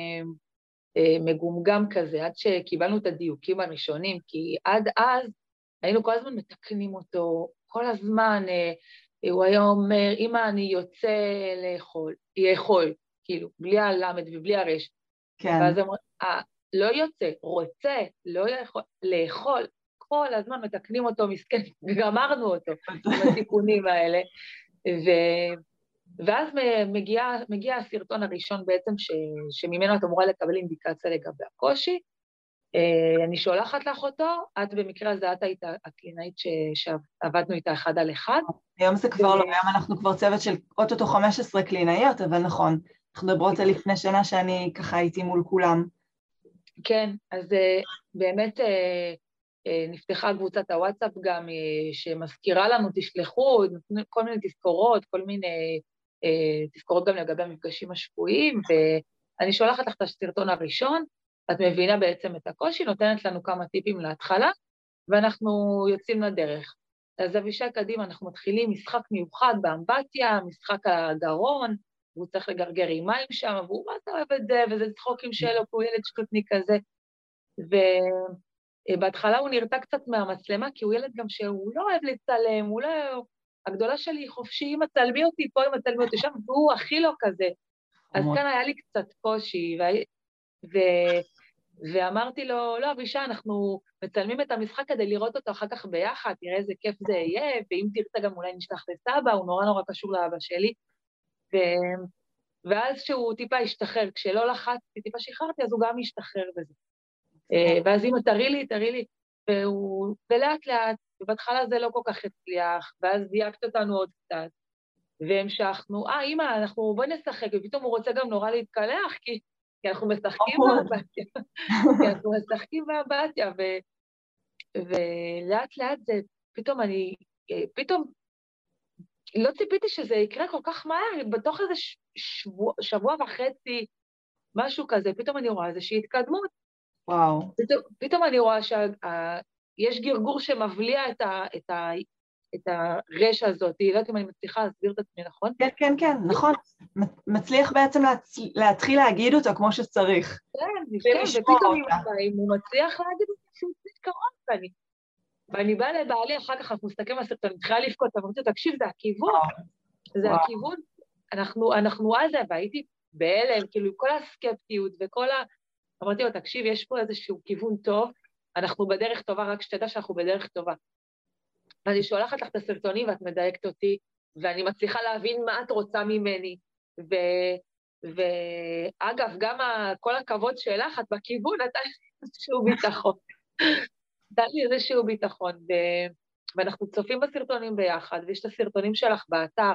מגומגם כזה, עד שקיבלנו את הדיוקים הראשונים, כי עד אז היינו כל הזמן מתקנים אותו, כל הזמן הוא היה אומר, אמא, אני יוצא לאכול, יאכול, כאילו, בלי הלמד ובלי הרש. כן. ואז לא יוצא, רוצה, לא יכול, לאכול, כל הזמן מתקנים אותו, מסכן, גמרנו אותו עם התיקונים האלה, ואז מגיע הסרטון הראשון בעצם, שממנו את אמורה לקבל אינדיקציה לגבי הקושי, אני שולחת לך אותו, את במקרה הזה, את היית הקלינאית שעבדנו איתה 1 על 1. היום זה כבר לא, היום אנחנו כבר צוות של אוטוטו 15 קלינאיות, אבל נכון, אנחנו מדברות על לפני שנה שאני ככה הייתי מול כולם. כן, אז באמת נפתחה קבוצת הוואטסאפ גם, שמזכירה לנו, תשלחו כל מיני תזכורות, כל מיני תזכורות גם לגבי המפגשים השבועיים, ואני שולחת לך את הסרטון הראשון, את מבינה בעצם את הקושי, נותנת לנו כמה טיפים להתחלה, ואנחנו יוצאים לדרך. אז אבישי קדימה, אנחנו מתחילים משחק מיוחד באמבטיה, משחק הגרון, והוא צריך לגרגר עם מים שם, והוא מה אתה אוהב את זה, וזה צחוקים שלו, הוא ילד שטותניק כזה. ובהתחלה הוא נרתע קצת מהמצלמה, כי הוא ילד גם שהוא לא אוהב לצלם, הוא לא... הגדולה שלי חופשי, אם תצלמי אותי פה, אם תצלמי אותי שם, והוא הכי לא כזה. אז כאן היה לי קצת קושי, ואמרתי לו, לא, אבישי, אנחנו מצלמים את המשחק כדי לראות אותו אחר כך ביחד, תראה איזה כיף זה יהיה, ואם תרצה גם אולי נשלח לסבא, הוא נורא נורא קשור לאבא שלי. ואז שהוא טיפה השתחרר, כשלא לחצתי, טיפה שחררתי, אז הוא גם השתחרר בזה. ואז אמא, תראי לי, ולאט לאט, ובהתחלה זה לא כל כך הצליח, ואז דייקת אותנו עוד קצת, והמשכנו, אמא, בואי נשחק, ופתאום הוא רוצה גם נורא להתקלח, כי אנחנו משחקים באמבטיה, ולאט לאט זה, פתאום לא ציפיתי שזה יקרה כל כך מהר, בתוך איזה שבוע וחצי, משהו כזה, פתאום אני רואה איזושהי התקדמות. וואו. פתאום אני רואה שיש גרגור שמבליע את הרשע הזאת, לא יודעת אם אני מצליחה להסביר את עצמי, נכון? כן, נכון. מצליח בעצם להתחיל להגיד אותו כמו שצריך. כן, ופתאום אם הוא מצליח להגיד אותו שהוא קרוב, ואני באה לבעלי, אחר כך אנחנו מסתכלים על הסרטון, מתחילה לבכות, אמרתי, תקשיב, זה הכיוון, אנחנו על זה, והייתי בהלם, כאילו, כל הסקפטיות אמרתי לו, תקשיב, יש פה איזשהו כיוון טוב, אנחנו בדרך טובה, רק שתדע שאנחנו בדרך טובה. אני שולחת לך את הסרטונים ואת מדייקת אותי, ואני מצליחה להבין מה את רוצה ממני, ואגב, גם כל הכבוד שלך, את בכיוון, אתה איזשהו ביטחון. נתן לי איזשהו ביטחון, ואנחנו צופים בסרטונים ביחד, ויש את הסרטונים שלך באתר,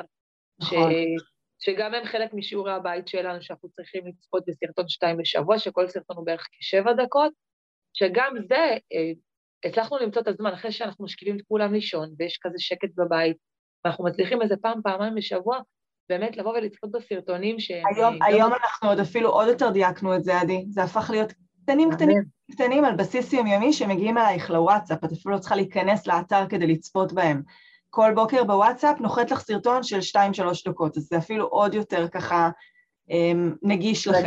שגם הם חלק משיעורי הבית שלנו, שאנחנו צריכים לצפות בסרטון 2 בשבוע, שכל סרטון הוא בערך כ7 דקות, שגם זה, הצלחנו למצוא את הזמן, אחרי שאנחנו משכיבים את כולם לישון, ויש כזה שקט בבית, ואנחנו מצליחים איזה פעמיים בשבוע, באמת לבוא ולצפות בסרטונים היום אנחנו עוד אפילו עוד יותר דייקנו את זה, עדי, זה הפך להיות קטנים על בסיס יומיומי שמגיעים אלייך לוואטסאפ, את אפילו לא צריכה להיכנס לאתר כדי לצפות בהם. כל בוקר בוואטסאפ נוחת לך סרטון של 2-3 דקות, אז זה אפילו עוד יותר ככה נגיש לכם.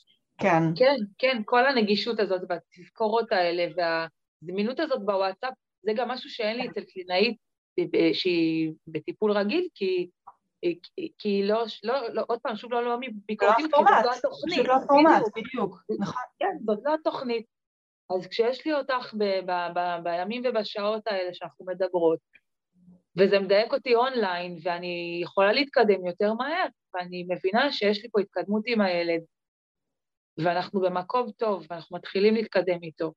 כן, כל הנגישות הזאת והתזכורות האלה והזמינות הזאת בוואטסאפ, זה גם משהו שאין לי אצל קלינאית שהיא בטיפול רגיל, כי לא, עוד פעם, שוב לא מביקורתיות, כי זאת לא התוכנית. פשוט לא פורמט, בדיוק, נכון. כן, זאת לא התוכנית. אז כשיש לי אותך בימים ובשעות האלה שאנחנו מדברות, וזה מדייק אותי אונליין, ואני יכולה להתקדם יותר מהר, ואני מבינה שיש לי פה התקדמות עם הילד, ואנחנו במקום טוב, ואנחנו מתחילים להתקדם איתו.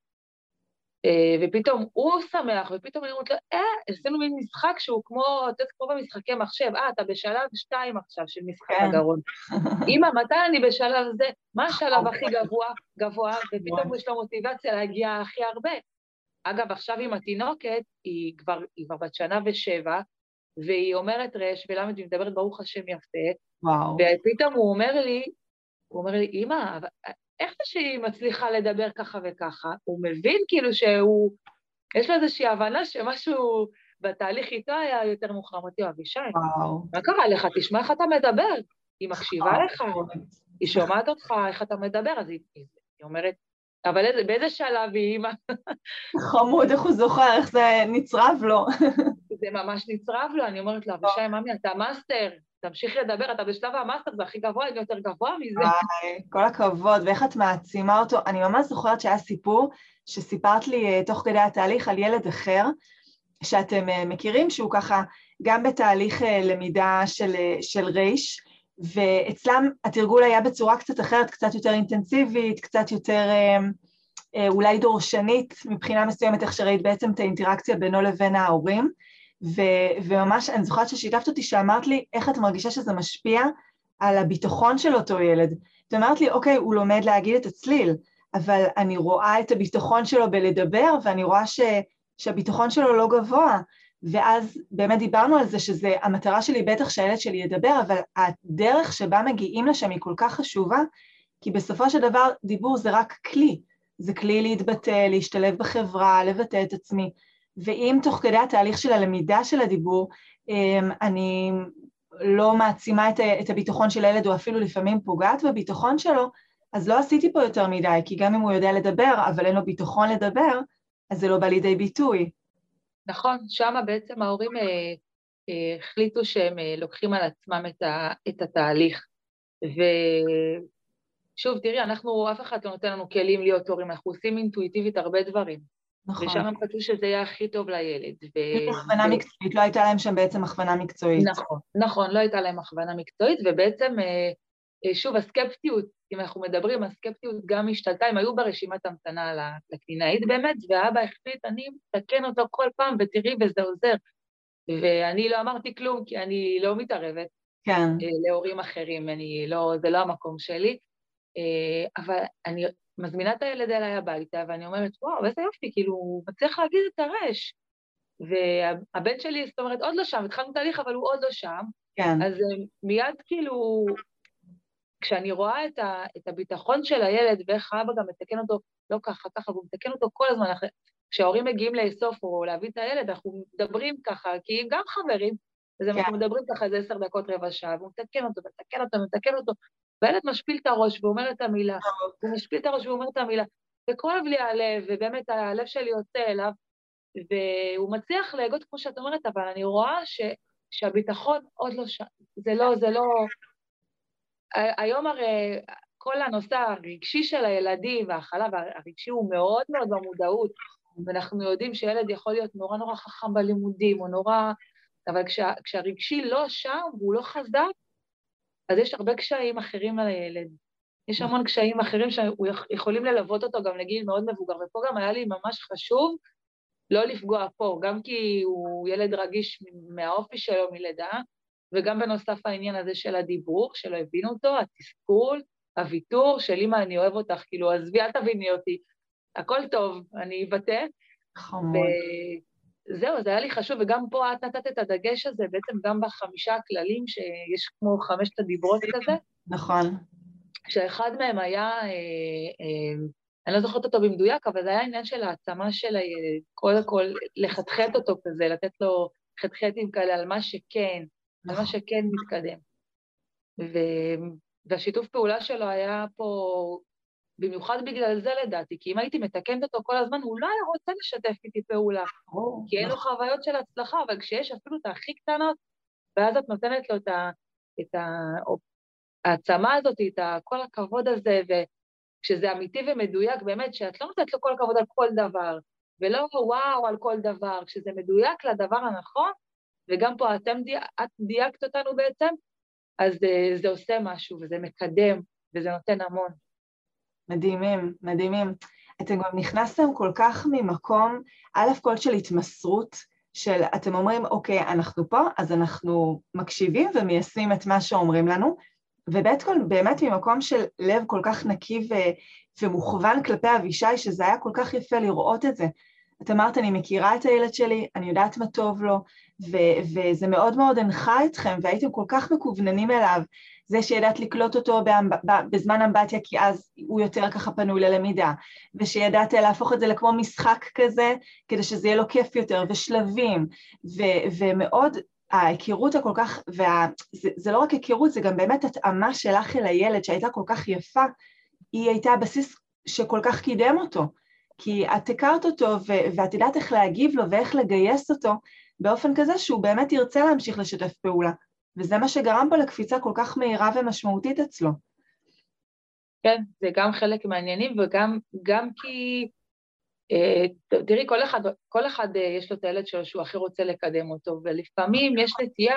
ופתאום הוא שמח, ופתאום אני אומרת לו, עשינו מין משחק שהוא כמו במשחקי מחשב, אתה בשלב 2 עכשיו של משחק הגרון. אמא, מתי אני בשלב זה? מה השלב הכי גבוה, ופתאום יש לו מוטיבציה להגיע הכי הרבה. אגב, עכשיו עם התינוקת, היא כבר בת 1 ו7, והיא אומרת רש, ולמה היא מדברת ברוך השם יפה, ופתאום הוא אומר לי, אמא, איך זה שהיא מצליחה לדבר ככה וככה? הוא מבין כאילו יש לו איזושהי הבנה שמשהו בתהליך איתו היה יותר מוכר. אמרתי לו, אבישי, מה קרה לך? תשמע איך אתה מדבר, היא מקשיבה לך, היא שומעת אותך, איך אתה מדבר, אז היא אומרת, אבל באיזה שלב היא אימא? חמוד, איך הוא זוכר, איך זה נצרב לו. זה ממש נצרב לו, אני אומרת לו, אבישי, ממי, אתה מאסטר, תמשיכי לדבר, אתה בשלב המאסטר, זה הכי גבוה, אין יותר גבוה מזה. כל הכבוד, ואיך את מעצימה אותו. אני ממש זוכרת שהיה סיפור שסיפרת לי תוך כדי התהליך על ילד אחר, שאתם מכירים, שהוא ככה גם בתהליך למידה של רייש, ואצלם התרגול היה בצורה קצת אחרת, קצת יותר אינטנסיבית, קצת יותר אולי דורשנית, מבחינה מסוימת איך שראית בעצם את האינטראקציה בינו לבין ההורים, וממש אני זוכרת ששיתפת אותי שאמרת לי איך את מרגישה שזה משפיע על הביטחון של אותו ילד. את אמרת לי, אוקיי, הוא לומד להגיד את הצליל, אבל אני רואה את הביטחון שלו בלדבר, ואני רואה שהביטחון שלו לא גבוה, ואז באמת דיברנו על זה שזה, המטרה שלי בטח שהילד שלי ידבר, אבל הדרך שבה מגיעים לשם היא כל כך חשובה, כי בסופו של דבר דיבור זה רק כלי, זה כלי להתבטא, להשתלב בחברה, לבטא את עצמי, ואם תוך כדי התהליך של הלמידה של הדיבור, אני לא מעצימה את הביטחון של הילד, או אפילו לפעמים פוגעת בביטחון שלו, אז לא עשיתי פה יותר מדי, כי גם אם הוא יודע לדבר, אבל אין לו ביטחון לדבר, אז זה לא בא לידי ביטוי. נכון, שם בעצם ההורים החליטו שהם לוקחים על עצמם את התהליך. ושוב, תראי, אף אחד לא נותן לנו כלים להיות הורים, אנחנו עושים אינטואיטיבית הרבה דברים. נכון. ושם הם חשבו שזה יהיה הכי טוב לילד. הכוונה מקצועית, לא הייתה להם שם בעצם הכוונה מקצועית. נכון, לא הייתה להם הכוונה מקצועית, ובעצם, שוב, הסקפטיות, אם אנחנו מדברים, הסקפטיות גם השתלטה, הם היו ברשימת המתנה לקלינאית באמת, ואבא החליט, אני מתקן אותו כל פעם, ותראי, וזה עוזר. ואני לא אמרתי כלום, כי אני לא מתערבת להורים אחרים, זה לא המקום שלי, אבל אני מזמינה את הילד אליי הביתה, ואני אומרת, וואו, איזה יופי, כאילו, הוא מצליח להגיד את הרש. והבן שלי, זאת אומרת, עוד לא שם, התחלנו תהליך, אבל הוא עוד לא שם. כן. אז מיד כאילו, כשאני רואה את הביטחון של הילד, ואיך האבא גם מתקן אותו, לא ככה, והוא מתקן אותו כל הזמן, כשההורים מגיעים לאסוף או להביא את הילד, אנחנו מדברים ככה, כי גם חברים, אז אנחנו מדברים ככה איזה 10 דקות, רבע שעה, והוא מתקן אותו, והילד משפיל את הראש ואומר את המילה, הוא משפיל את הראש ואומר את המילה, וכואב לי הלב, ובאמת הלב שלי יוצא אליו, והוא מצליח להגות כמו שאת אומרת, אבל אני רואה שהביטחון עוד לא שם, זה לא, היום הרי כל הנושא הרגשי של הילדים והאכלה, והרגשי הוא מאוד מאוד במודעות, ואנחנו יודעים שילד יכול להיות נורא חכם בלימודים, או נורא, אבל כשהרגשי לא שם והוא לא חזק, אז יש הרבה קשיים אחרים על הילד. יש המון קשיים אחרים שיכולים ללוות אותו גם לגיל מאוד מבוגר, ופה גם היה לי ממש חשוב לא לפגוע פה, גם כי הוא ילד רגיש מהאופי שלו מלידה, וגם בנוסף העניין הזה של הדיבור, שלא הבינו אותו, התסכול, הוויתור של אמא, אני אוהב אותך, כאילו, עזבי, אל תביני אותי, הכל טוב, אני אבטא. חמוד. זהו, זה היה לי חשוב, וגם פה את נתת את הדגש הזה, בעצם גם ב5 הכללים, שיש כמו 5 הדיברות כזה. נכון. שאחד מהם היה, אני לא זוכרת אותו במדויק, אבל זה היה עניין של העצמה של הילד, קודם כל לחתחת אותו כזה, לתת לו חתחתים כאלה על מה שכן, על מה שכן מתקדם. והשיתוף פעולה שלו היה פה, במיוחד בגלל זה לדעתי, כי אם הייתי מתקנת אותו כל הזמן, הוא לא היה רוצה לשתף איתי פעולה, כי אין לו חוויות של הצלחה, אבל כשיש אפילו את הכי קטנות, ואז את נותנת לו את העצמה הזאת, את כל הכבוד הזה, וכשזה אמיתי ומדויק, באמת, שאת לא נותנת לו כל הכבוד על כל דבר, ולא וואו על כל דבר, כשזה מדויק לדבר הנכון, וגם פה את דייקת אותנו בעצם, אז זה עושה משהו, וזה מקדם, וזה נותן המון. מדהימים, מדהימים. אתם גם נכנסתם כל כך ממקום, א' כל של התמסרות, של אתם אומרים, אוקיי, אנחנו פה, אז אנחנו מקשיבים ומיישמים את מה שאומרים לנו, ובית כל באמת ממקום של לב כל כך נקי ומוכוון כלפי אבישי, שזה היה כל כך יפה לראות את זה. את אמרת, אני מכירה את הילד שלי, אני יודעת מה טוב לו, וזה מאוד מאוד הנחה אתכם, והייתם כל כך מקווננים אליו, זה שידעת לקלוט אותו בזמן אמבטיה, כי אז הוא יותר ככה פנוי ללמידה, ושידעת להפוך את זה לכמו משחק כזה, כדי שזה יהיה לו כיף יותר, ושלבים, ומאוד ההיכרות הכל כך, זה לא רק היכרות, זה גם באמת התאמה שלך אל הילד, שהייתה כל כך יפה, היא הייתה הבסיס שכל כך קידם אותו, כי את הכרת אותו, ואת יודעת איך להגיב לו, ואיך לגייס אותו, באופן כזה שהוא באמת ירצה להמשיך לשתף פעולה, וזה מה שגרם פה לקפיצה כל כך מהירה ומשמעותית אצלו. כן, זה גם חלק מהעניינים, וגם כי, תראי, כל אחד יש לו את הילד שלו שהוא הכי רוצה לקדם אותו, ולפעמים יש נטייה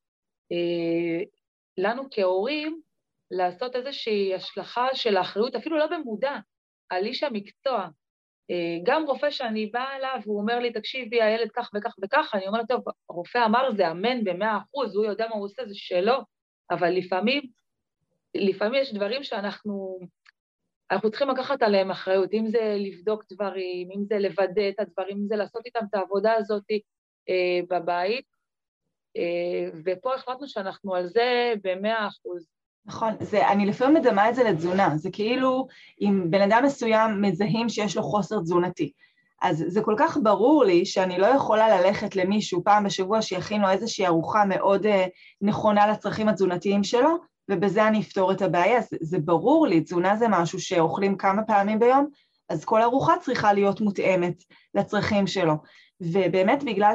לנו כהורים לעשות איזושהי השלכה של האחריות, אפילו לא במודע, על איש המקצוע. גם רופא שאני באה אליו, הוא אומר לי, תקשיבי, הילד כך וכך וכך, אני אומרת, טוב, הרופא אמר, זה אמן ב100%, הוא יודע מה הוא עושה, זה שלו, אבל לפעמים יש דברים שאנחנו צריכים לקחת עליהם אחריות, אם זה לבדוק דברים, אם זה לוודא את הדברים, אם זה לעשות איתם את העבודה הזאת בבית, ופה החלטנו שאנחנו על זה ב100%. נכון, אני לפעמים מדמה את זה לתזונה, זה כאילו אם בן אדם מסוים מזהים שיש לו חוסר תזונתי, אז זה כל כך ברור לי שאני לא יכולה ללכת למישהו פעם בשבוע שיכין לו איזושהי ארוחה מאוד נכונה לצרכים התזונתיים שלו, ובזה אני אפתור את הבעיה. זה ברור לי, תזונה זה משהו שאוכלים כמה פעמים ביום, אז כל ארוחה צריכה להיות מותאמת לצרכים שלו. ובאמת בגלל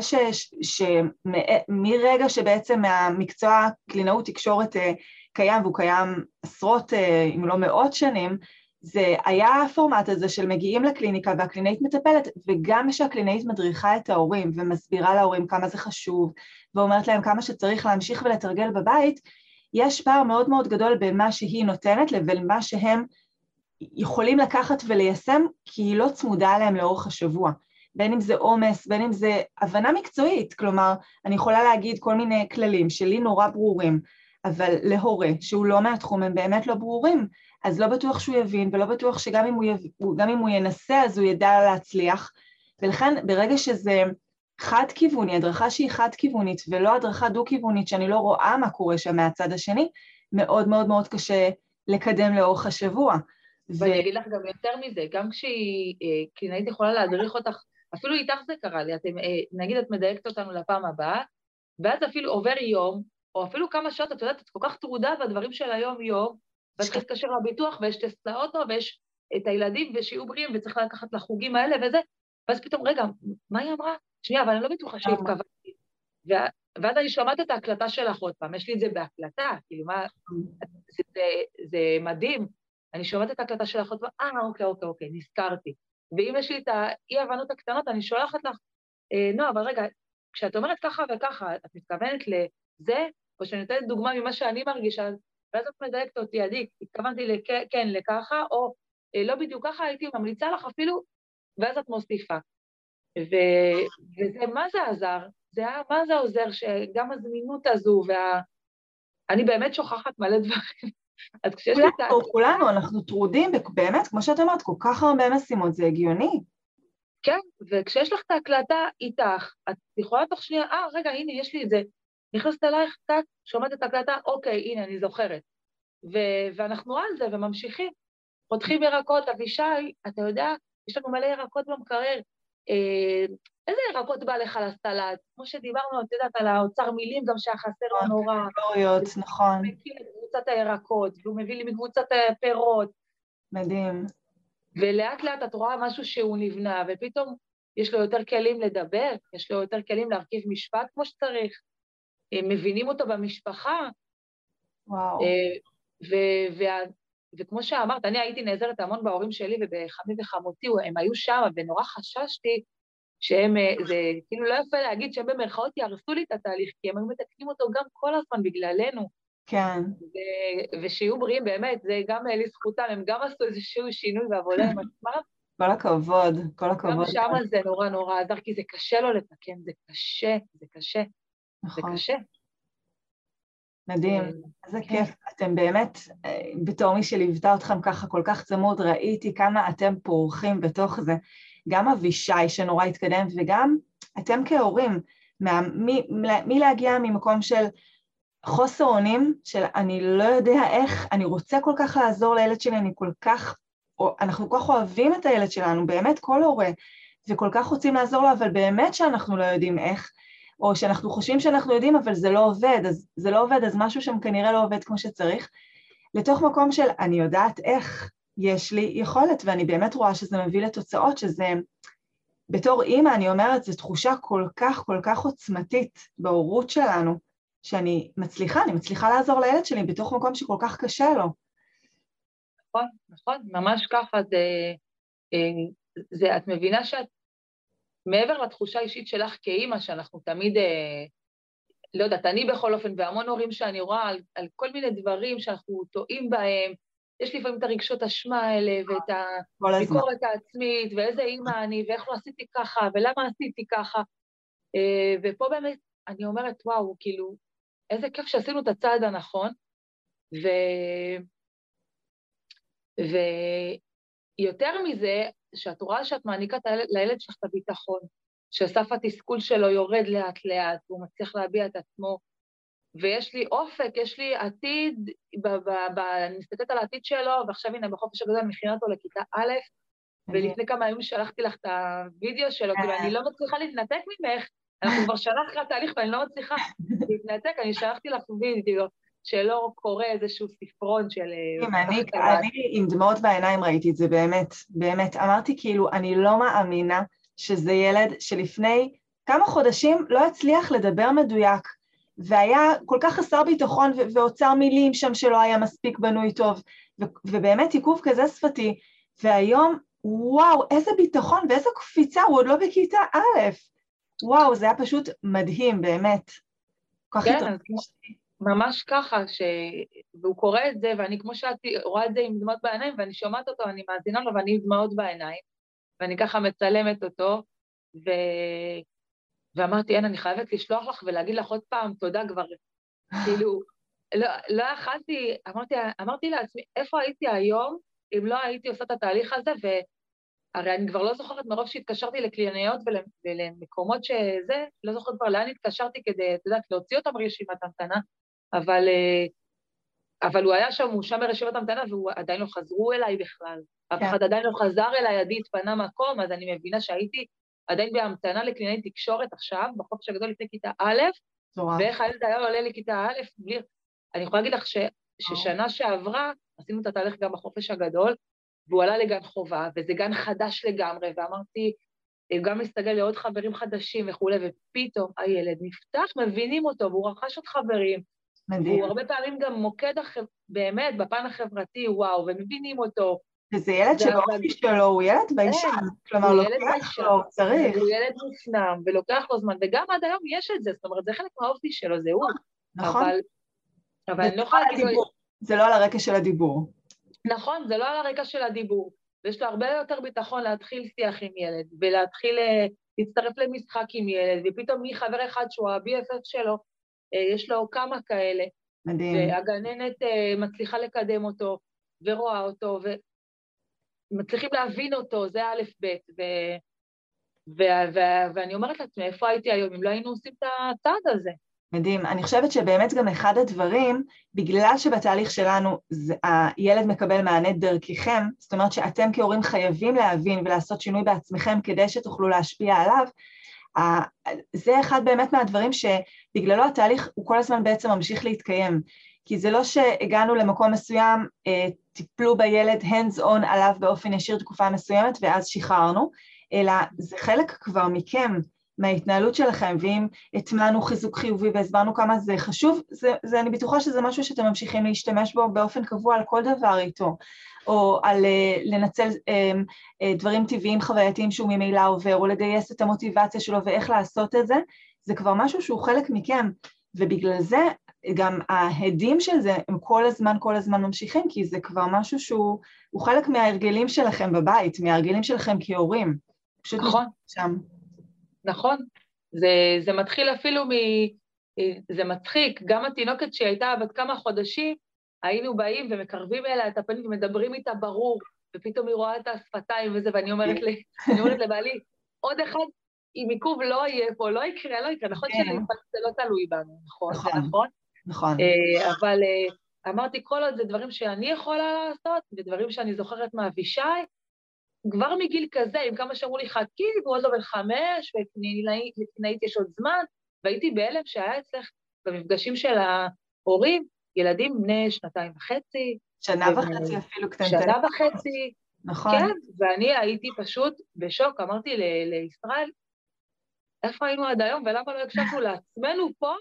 מרגע שבעצם המקצוע קלינאות תקשורת קיים, והוא קיים עשרות, אם לא מאות שנים, זה היה הפורמט הזה של מגיעים לקליניקה והקלינאית מטפלת, וגם שהקלינאית מדריכה את ההורים ומסבירה להורים כמה זה חשוב, ואומרת להם כמה שצריך להמשיך ולתרגל בבית, יש פער מאוד מאוד גדול בין מה שהיא נותנת לבין מה שהם יכולים לקחת וליישם, כי היא לא צמודה עליהם לאורך השבוע. בין אם זה עומס, בין אם זה הבנה מקצועית, כלומר, אני יכולה להגיד כל מיני כללים שלי נורא ברורים, אבל להורה שהוא לא מהתחום הם באמת לא ברורים, אז לא בטוח שהוא יבין, ולא בטוח שגם אם הוא ינסה, אז הוא ידע להצליח. ולכן ברגע שזה חד-כיווני, הדרכה שהיא חד-כיוונית, ולא הדרכה דו-כיוונית, שאני לא רואה מה קורה שם מהצד השני, מאוד מאוד מאוד קשה לקדם לאורך השבוע. ואני אגיד לך גם יותר מזה, גם כשהיא קלינאית יכולה להדריך אותך, אפילו איתך זה קרה לי, נגיד את מדייקת אותנו לפעם הבאה, ואז אפילו עובר יום, או אפילו כמה שעות, את יודעת, את כל כך טרודה בדברים של היום-יום, ואת צריך להתקשר לביטוח, ויש טסט לאוטו, ויש את הילדים, ושיהיו בריאים, וצריך לקחת לחוגים האלה וזה, ואז פתאום, רגע, מה היא אמרה? שנייה, אבל אני לא בטוחה שהתכוונתי. ואז אני שומעת את ההקלטה שלך עוד פעם, יש לי את זה בהקלטה, כאילו מה, זה מדהים, אני שומעת את ההקלטה שלך עוד פעם, אוקיי, נזכרתי. ואם יש לי את האי-הבנות הקטנות, אני שולחת לך, נו, אבל רגע, כשאת אומרת ככה וככה, את מתכוונת לזה, או שאני נותנת דוגמה ממה שאני מרגישה, ואז את מדייקת אותי, עדי, התכוונתי כן, לככה, או לא בדיוק ככה, הייתי ממליצה לך אפילו, ואז את מוסיפה. וזה, מה זה עזר? מה זה עוזר שגם הזמינות הזו, אני באמת שוכחת מלא דברים. אז כשיש לי את כולנו, אנחנו טרודים, באמת, כמו שאת אמרת, כל כך הרבה משימות, זה הגיוני. כן, וכשיש לך את ההקלטה איתך, את יכולה תוך שנייה, רגע, הנה, יש לי את זה, נכנסת אלייך, שומעת את ההקלטה, אוקיי, הנה, אני זוכרת. ואנחנו על זה וממשיכים. פותחים ירקות, אבישי, אתה יודע, יש לנו מלא ירקות במקרר, איזה ירקות בא לך לסלט? כמו שדיברנו, את יודעת, על האוצר מילים, גם שהחסר לו נורא. נכון. הוא מביא לי מקבוצת הירקות, והוא מביא לי מקבוצת הפירות. מדהים. ולאט לאט את רואה משהו שהוא נבנה, ופתאום יש לו יותר כלים לדבר, יש לו יותר כלים להרכיב משפט כמו שצריך, מבינים אותו במשפחה. וואו. וכמו שאמרת, אני הייתי נעזרת המון בהורים שלי, ובחמי וחמותי, הם היו שם, ונורא חששתי שהם, זה כאילו לא יפה להגיד שהם במרכאות ירסו לי את התהליך, כי הם היו מתקנים אותו גם כל הזמן בגללנו. כן. ושיהיו בריאים באמת, זה גם לזכותם, הם גם עשו איזשהו שינוי בעבודה עם עצמם. כל הכבוד, כל הכבוד. גם שם זה נורא נורא עזר, כי זה קשה לו לתקן, זה קשה. נכון. זה קשה. מדהים, איזה כיף. אתם באמת, בתור מי שליוותה אתכם ככה כל כך צמוד, ראיתי כמה אתם פורחים בתוך זה. גם אבישי שנורא התקדם, וגם אתם כהורים, מי להגיע ממקום של חוסר אונים, של אני לא יודע איך, אני רוצה כל כך לעזור לילד שלי, אנחנו כל כך אוהבים את הילד שלנו, באמת כל הורה, וכל כך רוצים לעזור לו, אבל באמת שאנחנו לא יודעים איך, או שאנחנו חושבים שאנחנו יודעים, אבל זה לא עובד, אז משהו שם כנראה לא עובד כמו שצריך, לתוך מקום של אני יודעת איך יש לי יכולת, ואני באמת רואה שזה מביא לתוצאות, שזה, בתור אימא אני אומרת, זו תחושה כל כך עוצמתית בהורות שלנו, שאני מצליחה, אני מצליחה לעזור לילד שלי בתוך מקום שכל כך קשה לו. נכון, נכון, ממש ככה, את מבינה שאת, מעבר לתחושה האישית שלך כאימא, שאנחנו תמיד, לא יודעת, אני בכל אופן, והמון הורים שאני רואה על כל מיני דברים שאנחנו טועים בהם, יש לפעמים את הרגשות אשמה האלה, ואת כל הזמן. הביקורת העצמית, ואיזה אימא אני, ואיך לא עשיתי ככה, ולמה עשיתי ככה. ופה באמת אני אומרת, וואו, כאילו, איזה כיף שעשינו את הצעד הנכון, ו... ויותר מזה, שאת רואה שאת מעניקה לילד שלך את הביטחון, שסף התסכול שלו יורד לאט לאט, והוא מצליח להביע את עצמו, ויש לי אופק, יש לי עתיד, אני מסתכלת על העתיד שלו, ועכשיו הנה בחופש הגדול אני מכינה אותו לכיתה א', מדהים. ולפני כמה ימים שלחתי לך את הוידאו שלו, כאילו אני לא מצליחה להתנתק ממך, אנחנו כבר שנה אחרי התהליך ואני לא מצליחה להתנתק, אני שלחתי לך וידאו שלא קורא איזשהו ספרון של... אני עם דמעות בעיניים ראיתי את זה, באמת, באמת. אמרתי כאילו, אני לא מאמינה שזה ילד שלפני כמה חודשים לא הצליח לדבר מדויק, והיה כל כך חסר ביטחון ואוצר מילים שם שלא היה מספיק בנוי טוב, ובאמת עיכוב כזה שפתי, והיום, וואו, איזה ביטחון ואיזו קפיצה, הוא עוד לא בכיתה א', וואו, זה היה פשוט מדהים, באמת. כן, אז ממש ככה, והוא קורא את זה, ואני כמו שאת רואה את זה עם דמעות בעיניים, ואני שומעת אותו, אני מאזינה לו, ואני עם דמעות בעיניים, ואני ככה מצלמת אותו, ואמרתי, אין, אני חייבת לשלוח לך ולהגיד לך עוד פעם, תודה כבר, כאילו, לא יכלתי, אמרתי לעצמי, איפה הייתי היום, אם לא הייתי עושה את התהליך הזה, והרי אני כבר לא זוכרת מרוב שהתקשרתי לקלינאיות ולמקומות שזה, לא זוכרת כבר לאן התקשרתי כדי, את יודעת, להוציא אותם רשימת המתנה, אבל הוא היה שם, הוא שם ברשימת המתנה, והוא עדיין לא חזרו אליי בכלל. אף אחד עדיין לא חזר אליי, עדי התפנה מקום, אז אני מבינה שהייתי עדיין בהמתנה לקלינאית תקשורת עכשיו, בחופש הגדול לפני כיתה א', ואיך הילד היה עולה לכיתה א', בלי... אני יכולה להגיד לך ששנה שעברה, עשינו את התהליך גם בחופש הגדול, והוא עלה לגן חובה, וזה גן חדש לגמרי, ואמרתי, גם להסתגל לעוד חברים חדשים וכולי, ופתאום הילד נפתח, מבינים אותו, והוא רכש עוד חברים, מדהים. והוא הרבה פעמים גם מוקד באמת, בפן החברתי, וואו, ומבינים אותו. וזה ילד שבאופי שלו, הוא ילד ביישן, כלומר, לוקח לו, צריך. הוא ילד מופנם, ולוקח לו זמן, וגם עד היום יש את זה, זאת אומרת, זה חלק מהאופי שלו, זה הוא. נכון. אבל אני לא יכולה להגיד... זה לא על הרקע של הדיבור. נכון, זה לא על הרקע של הדיבור, ויש לו הרבה יותר ביטחון להתחיל שיח עם ילד, ולהתחיל להצטרף למשחק עם ילד, ופתאום מחבר אחד שהוא ה-BFF שלו, יש לו כמה כאלה. מדהים. והגננת מצליחה לקדם אותו, ורואה אותו, ומצליחים להבין אותו, זה א' ב', ואני אומרת לעצמי, איפה הייתי היום אם לא היינו עושים את הצעד הזה? מדהים. אני חושבת שבאמת גם אחד הדברים, בגלל שבתהליך שלנו הילד מקבל מענה דרככם, זאת אומרת שאתם כהורים חייבים להבין ולעשות שינוי בעצמכם כדי שתוכלו להשפיע עליו, זה אחד באמת מהדברים שבגללו התהליך הוא כל הזמן בעצם ממשיך להתקיים, כי זה לא שהגענו למקום מסוים, טיפלו בילד hands on עליו באופן ישיר תקופה מסוימת ואז שחררנו, אלא זה חלק כבר מכם, מההתנהלות שלכם, ואם התמנו חיזוק חיובי והסברנו כמה זה חשוב, אני בטוחה שזה משהו שאתם ממשיכים להשתמש בו באופן קבוע על כל דבר איתו, או על לנצל דברים טבעיים חווייתיים שהוא ממילא עובר, או לגייס את המוטיבציה שלו ואיך לעשות את זה, זה כבר משהו שהוא חלק מכם, ובגלל זה גם ההדים של זה הם כל הזמן ממשיכים, כי זה כבר משהו שהוא חלק מההרגלים שלכם בבית, מההרגלים שלכם כהורים. פשוט נכון. שם. נכון. זה מתחיל אפילו זה מצחיק, גם התינוקת שהייתה בת כמה חודשים, היינו באים ומקרבים אליה את הפנים ומדברים איתה ברור, ופתאום היא רואה את השפתיים וזה, ואני אומרת לבעלי, עוד אחד עם עיכוב לא יהיה פה, לא יקרה, נכון שזה לא תלוי בנו, נכון, זה נכון? נכון. אבל אמרתי, כל עוד זה דברים שאני יכולה לעשות, ודברים שאני זוכרת מאבישי, כבר מגיל כזה, עם כמה שאמרו לי חכי, והוא עוד לא בן 5, ולפנאית יש עוד זמן, והייתי בהלם שהיה אצלך במפגשים של ההורים, ילדים בני 2.5. שנה וחצי אפילו קטנטן. שנה וחצי. נכון. כן, ואני הייתי פשוט בשוק, אמרתי לישראל, איפה היינו עד היום, ולמה לא הקשבנו לעצמנו פה,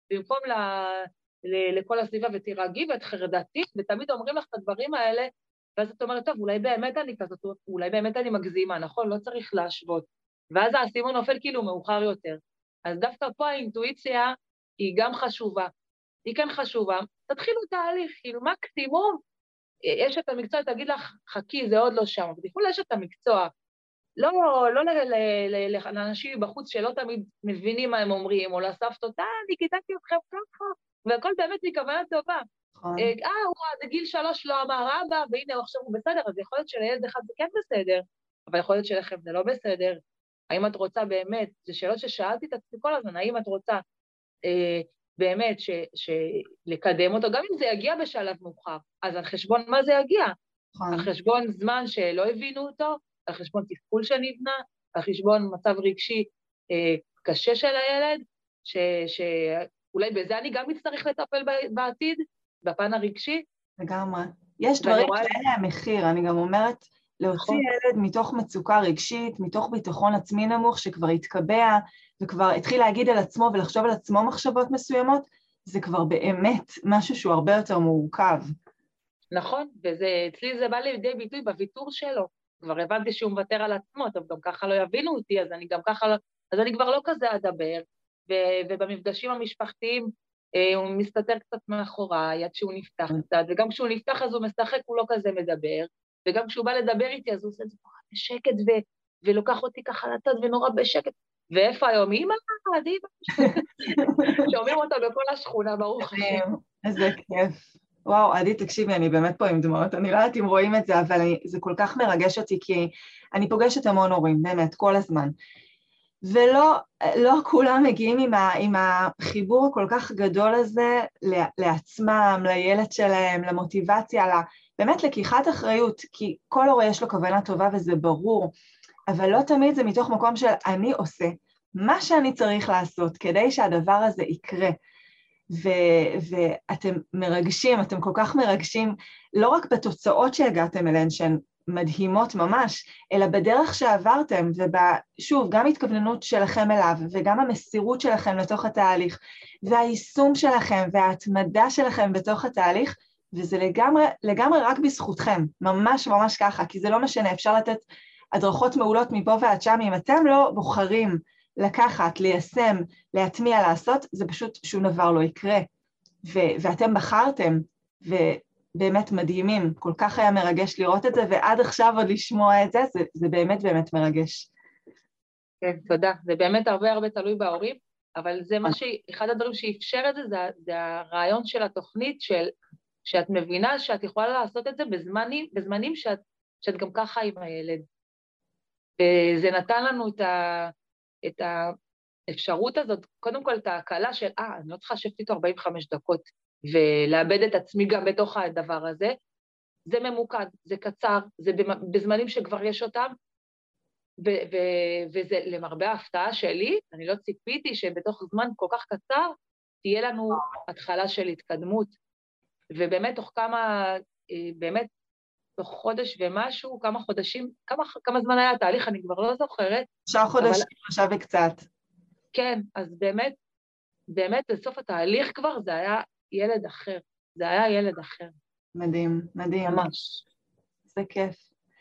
במקום לכל הסביבה, ותירגעי ואת חרדתית, ותמיד אומרים לך את הדברים האלה, ואז את אומרת, טוב, אולי באמת אני כזאת, אולי באמת אני מגזימה, נכון? לא צריך להשוות. ואז האסימון נופל כאילו מאוחר יותר. אז דווקא פה האינטואיציה היא גם חשובה. היא כן חשובה. תתחילו תהליך, כאילו, מקסימום, יש את המקצוע, תגיד לך, חכי, זה עוד לא שם, אבל תפעול יש את המקצוע. לא לאנשים בחוץ שלא תמיד מבינים מה הם אומרים, או לסבתות, אני גידלתי אתכם ככה, והכל באמת מכוונה טובה. הוא עד גיל 3 לא אמר אבא, והנה עכשיו הוא בסדר, אז יכול להיות שלילד אחד זה כן בסדר, אבל יכול להיות שלכם זה לא בסדר. האם את רוצה באמת, זה שאלות ששאלתי את עצמי כל הזמן, האם את רוצה באמת לקדם אותו, גם אם זה יגיע בשלב מאוחר, אז על חשבון מה זה יגיע? על חשבון זמן שלא הבינו אותו, על חשבון תפקול שנבנה, על חשבון מצב רגשי קשה של הילד, שאולי בזה אני גם מצטרך לטפל בעתיד, בפן הרגשי. לגמרי. יש דברים שאין להם מחיר, אני גם אומרת, להוציא ילד מתוך מצוקה רגשית, מתוך ביטחון עצמי נמוך, שכבר התקבע, וכבר התחיל להגיד על עצמו ולחשוב על עצמו מחשבות מסוימות, זה כבר באמת משהו שהוא הרבה יותר מורכב. נכון, אצלי זה בא לידי ביטוי בוויתור שלו. כבר הבנתי שהוא מוותר על עצמו, טוב, גם ככה לא יבינו אותי, אז אני כבר לא כזה אדבר, ובמפגשים המשפחתיים הוא מסתתר קצת מאחוריי, עד שהוא נפתח קצת, וגם כשהוא נפתח אז הוא משחק, הוא לא כזה מדבר, וגם כשהוא בא לדבר איתי, אז הוא עושה את זה בשקט, ולוקח אותי ככה לצד ונורא בשקט, ואיפה היום? אמא, שומעים אותו בכל השכונה, ברוך השם. איזה כיף. וואו, עדי, תקשיבי, אני באמת פה עם דמעות, אני לא יודעת אם רואים את זה, אבל זה כל כך מרגש אותי, כי אני פוגשת המון הורים, באמת, כל הזמן. ולא כולם מגיעים עם החיבור הכל כך גדול הזה לעצמם, לילד שלהם, למוטיבציה, באמת לקיחת אחריות, כי כל הורה יש לו כוונה טובה וזה ברור, אבל לא תמיד זה מתוך מקום של אני עושה מה שאני צריך לעשות כדי שהדבר הזה יקרה. ואתם מרגשים, אתם כל כך מרגשים, לא רק בתוצאות שהגעתם אליהן, שהן מדהימות ממש, אלא בדרך שעברתם, ושוב, גם התכווננות שלכם אליו, וגם המסירות שלכם לתוך התהליך, והיישום שלכם, וההתמדה שלכם בתוך התהליך, וזה לגמרי רק בזכותכם, ממש ממש ככה, כי זה לא משנה, אפשר לתת הדרכות מעולות מפה ועד שם, אם אתם לא בוחרים לקחת, ליישם, להטמיע, לעשות, זה פשוט שום דבר לא יקרה. ואתם בחרתם, ובאמת מדהימים, כל כך היה מרגש לראות את זה, ועד עכשיו עוד לשמוע את זה, זה באמת באמת מרגש. כן, תודה. זה באמת הרבה תלוי בהורים, אבל זה אחד הדברים שאפשר את זה, זה הרעיון של התוכנית, שאת מבינה שאת יכולה לעשות את זה בזמנים שאת גם ככה עם הילד. וזה נתן לנו את האפשרות הזאת, קודם כל את ההקלה של, אני לא צריכה לשבת איתו 45 דקות, ולאבד את עצמי גם בתוך הדבר הזה, זה ממוקד, זה קצר, זה בזמנים שכבר יש אותם, וזה למרבה ההפתעה שלי, אני לא ציפיתי שבתוך זמן כל כך קצר, תהיה לנו התחלה של התקדמות, ובאמת תוך באמת תוך חודש ומשהו, כמה חודשים, כמה זמן היה התהליך, אני כבר לא זוכרת. 3 חודשים, עכשיו וקצת. כן, אז באמת בסוף התהליך כבר זה היה ילד אחר. זה היה ילד אחר. מדהים, מדהים. ממש. זה כיף.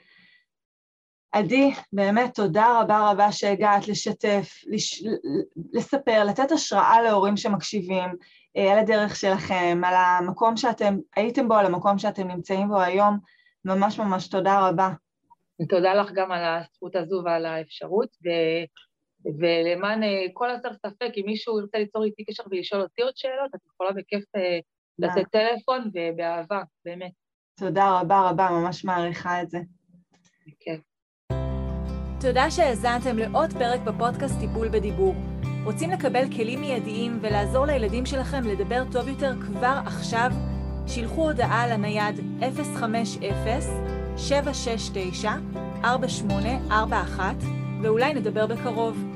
עדי, באמת תודה רבה שהגעת לשתף, לספר, לתת השראה להורים שמקשיבים, על הדרך שלכם, על המקום שאתם הייתם בו, על המקום שאתם נמצאים בו היום. ממש ממש תודה רבה. תודה לך גם על הזכות הזו ועל האפשרות, ולמען כל הסר ספק, אם מישהו ירצה ליצור איתי קשר ולשאול אותי עוד שאלות, את יכולה בכיף לתת טלפון ובאהבה, באמת. תודה רבה, ממש מעריכה את זה. כן. תודה שהאזנתם לעוד פרק בפודקאסט טיפול בדיבור. רוצים לקבל כלים מיידיים ולעזור לילדים שלכם לדבר טוב יותר כבר עכשיו? שילחו הודעה לנייד 050-769-4841 ואולי נדבר בקרוב.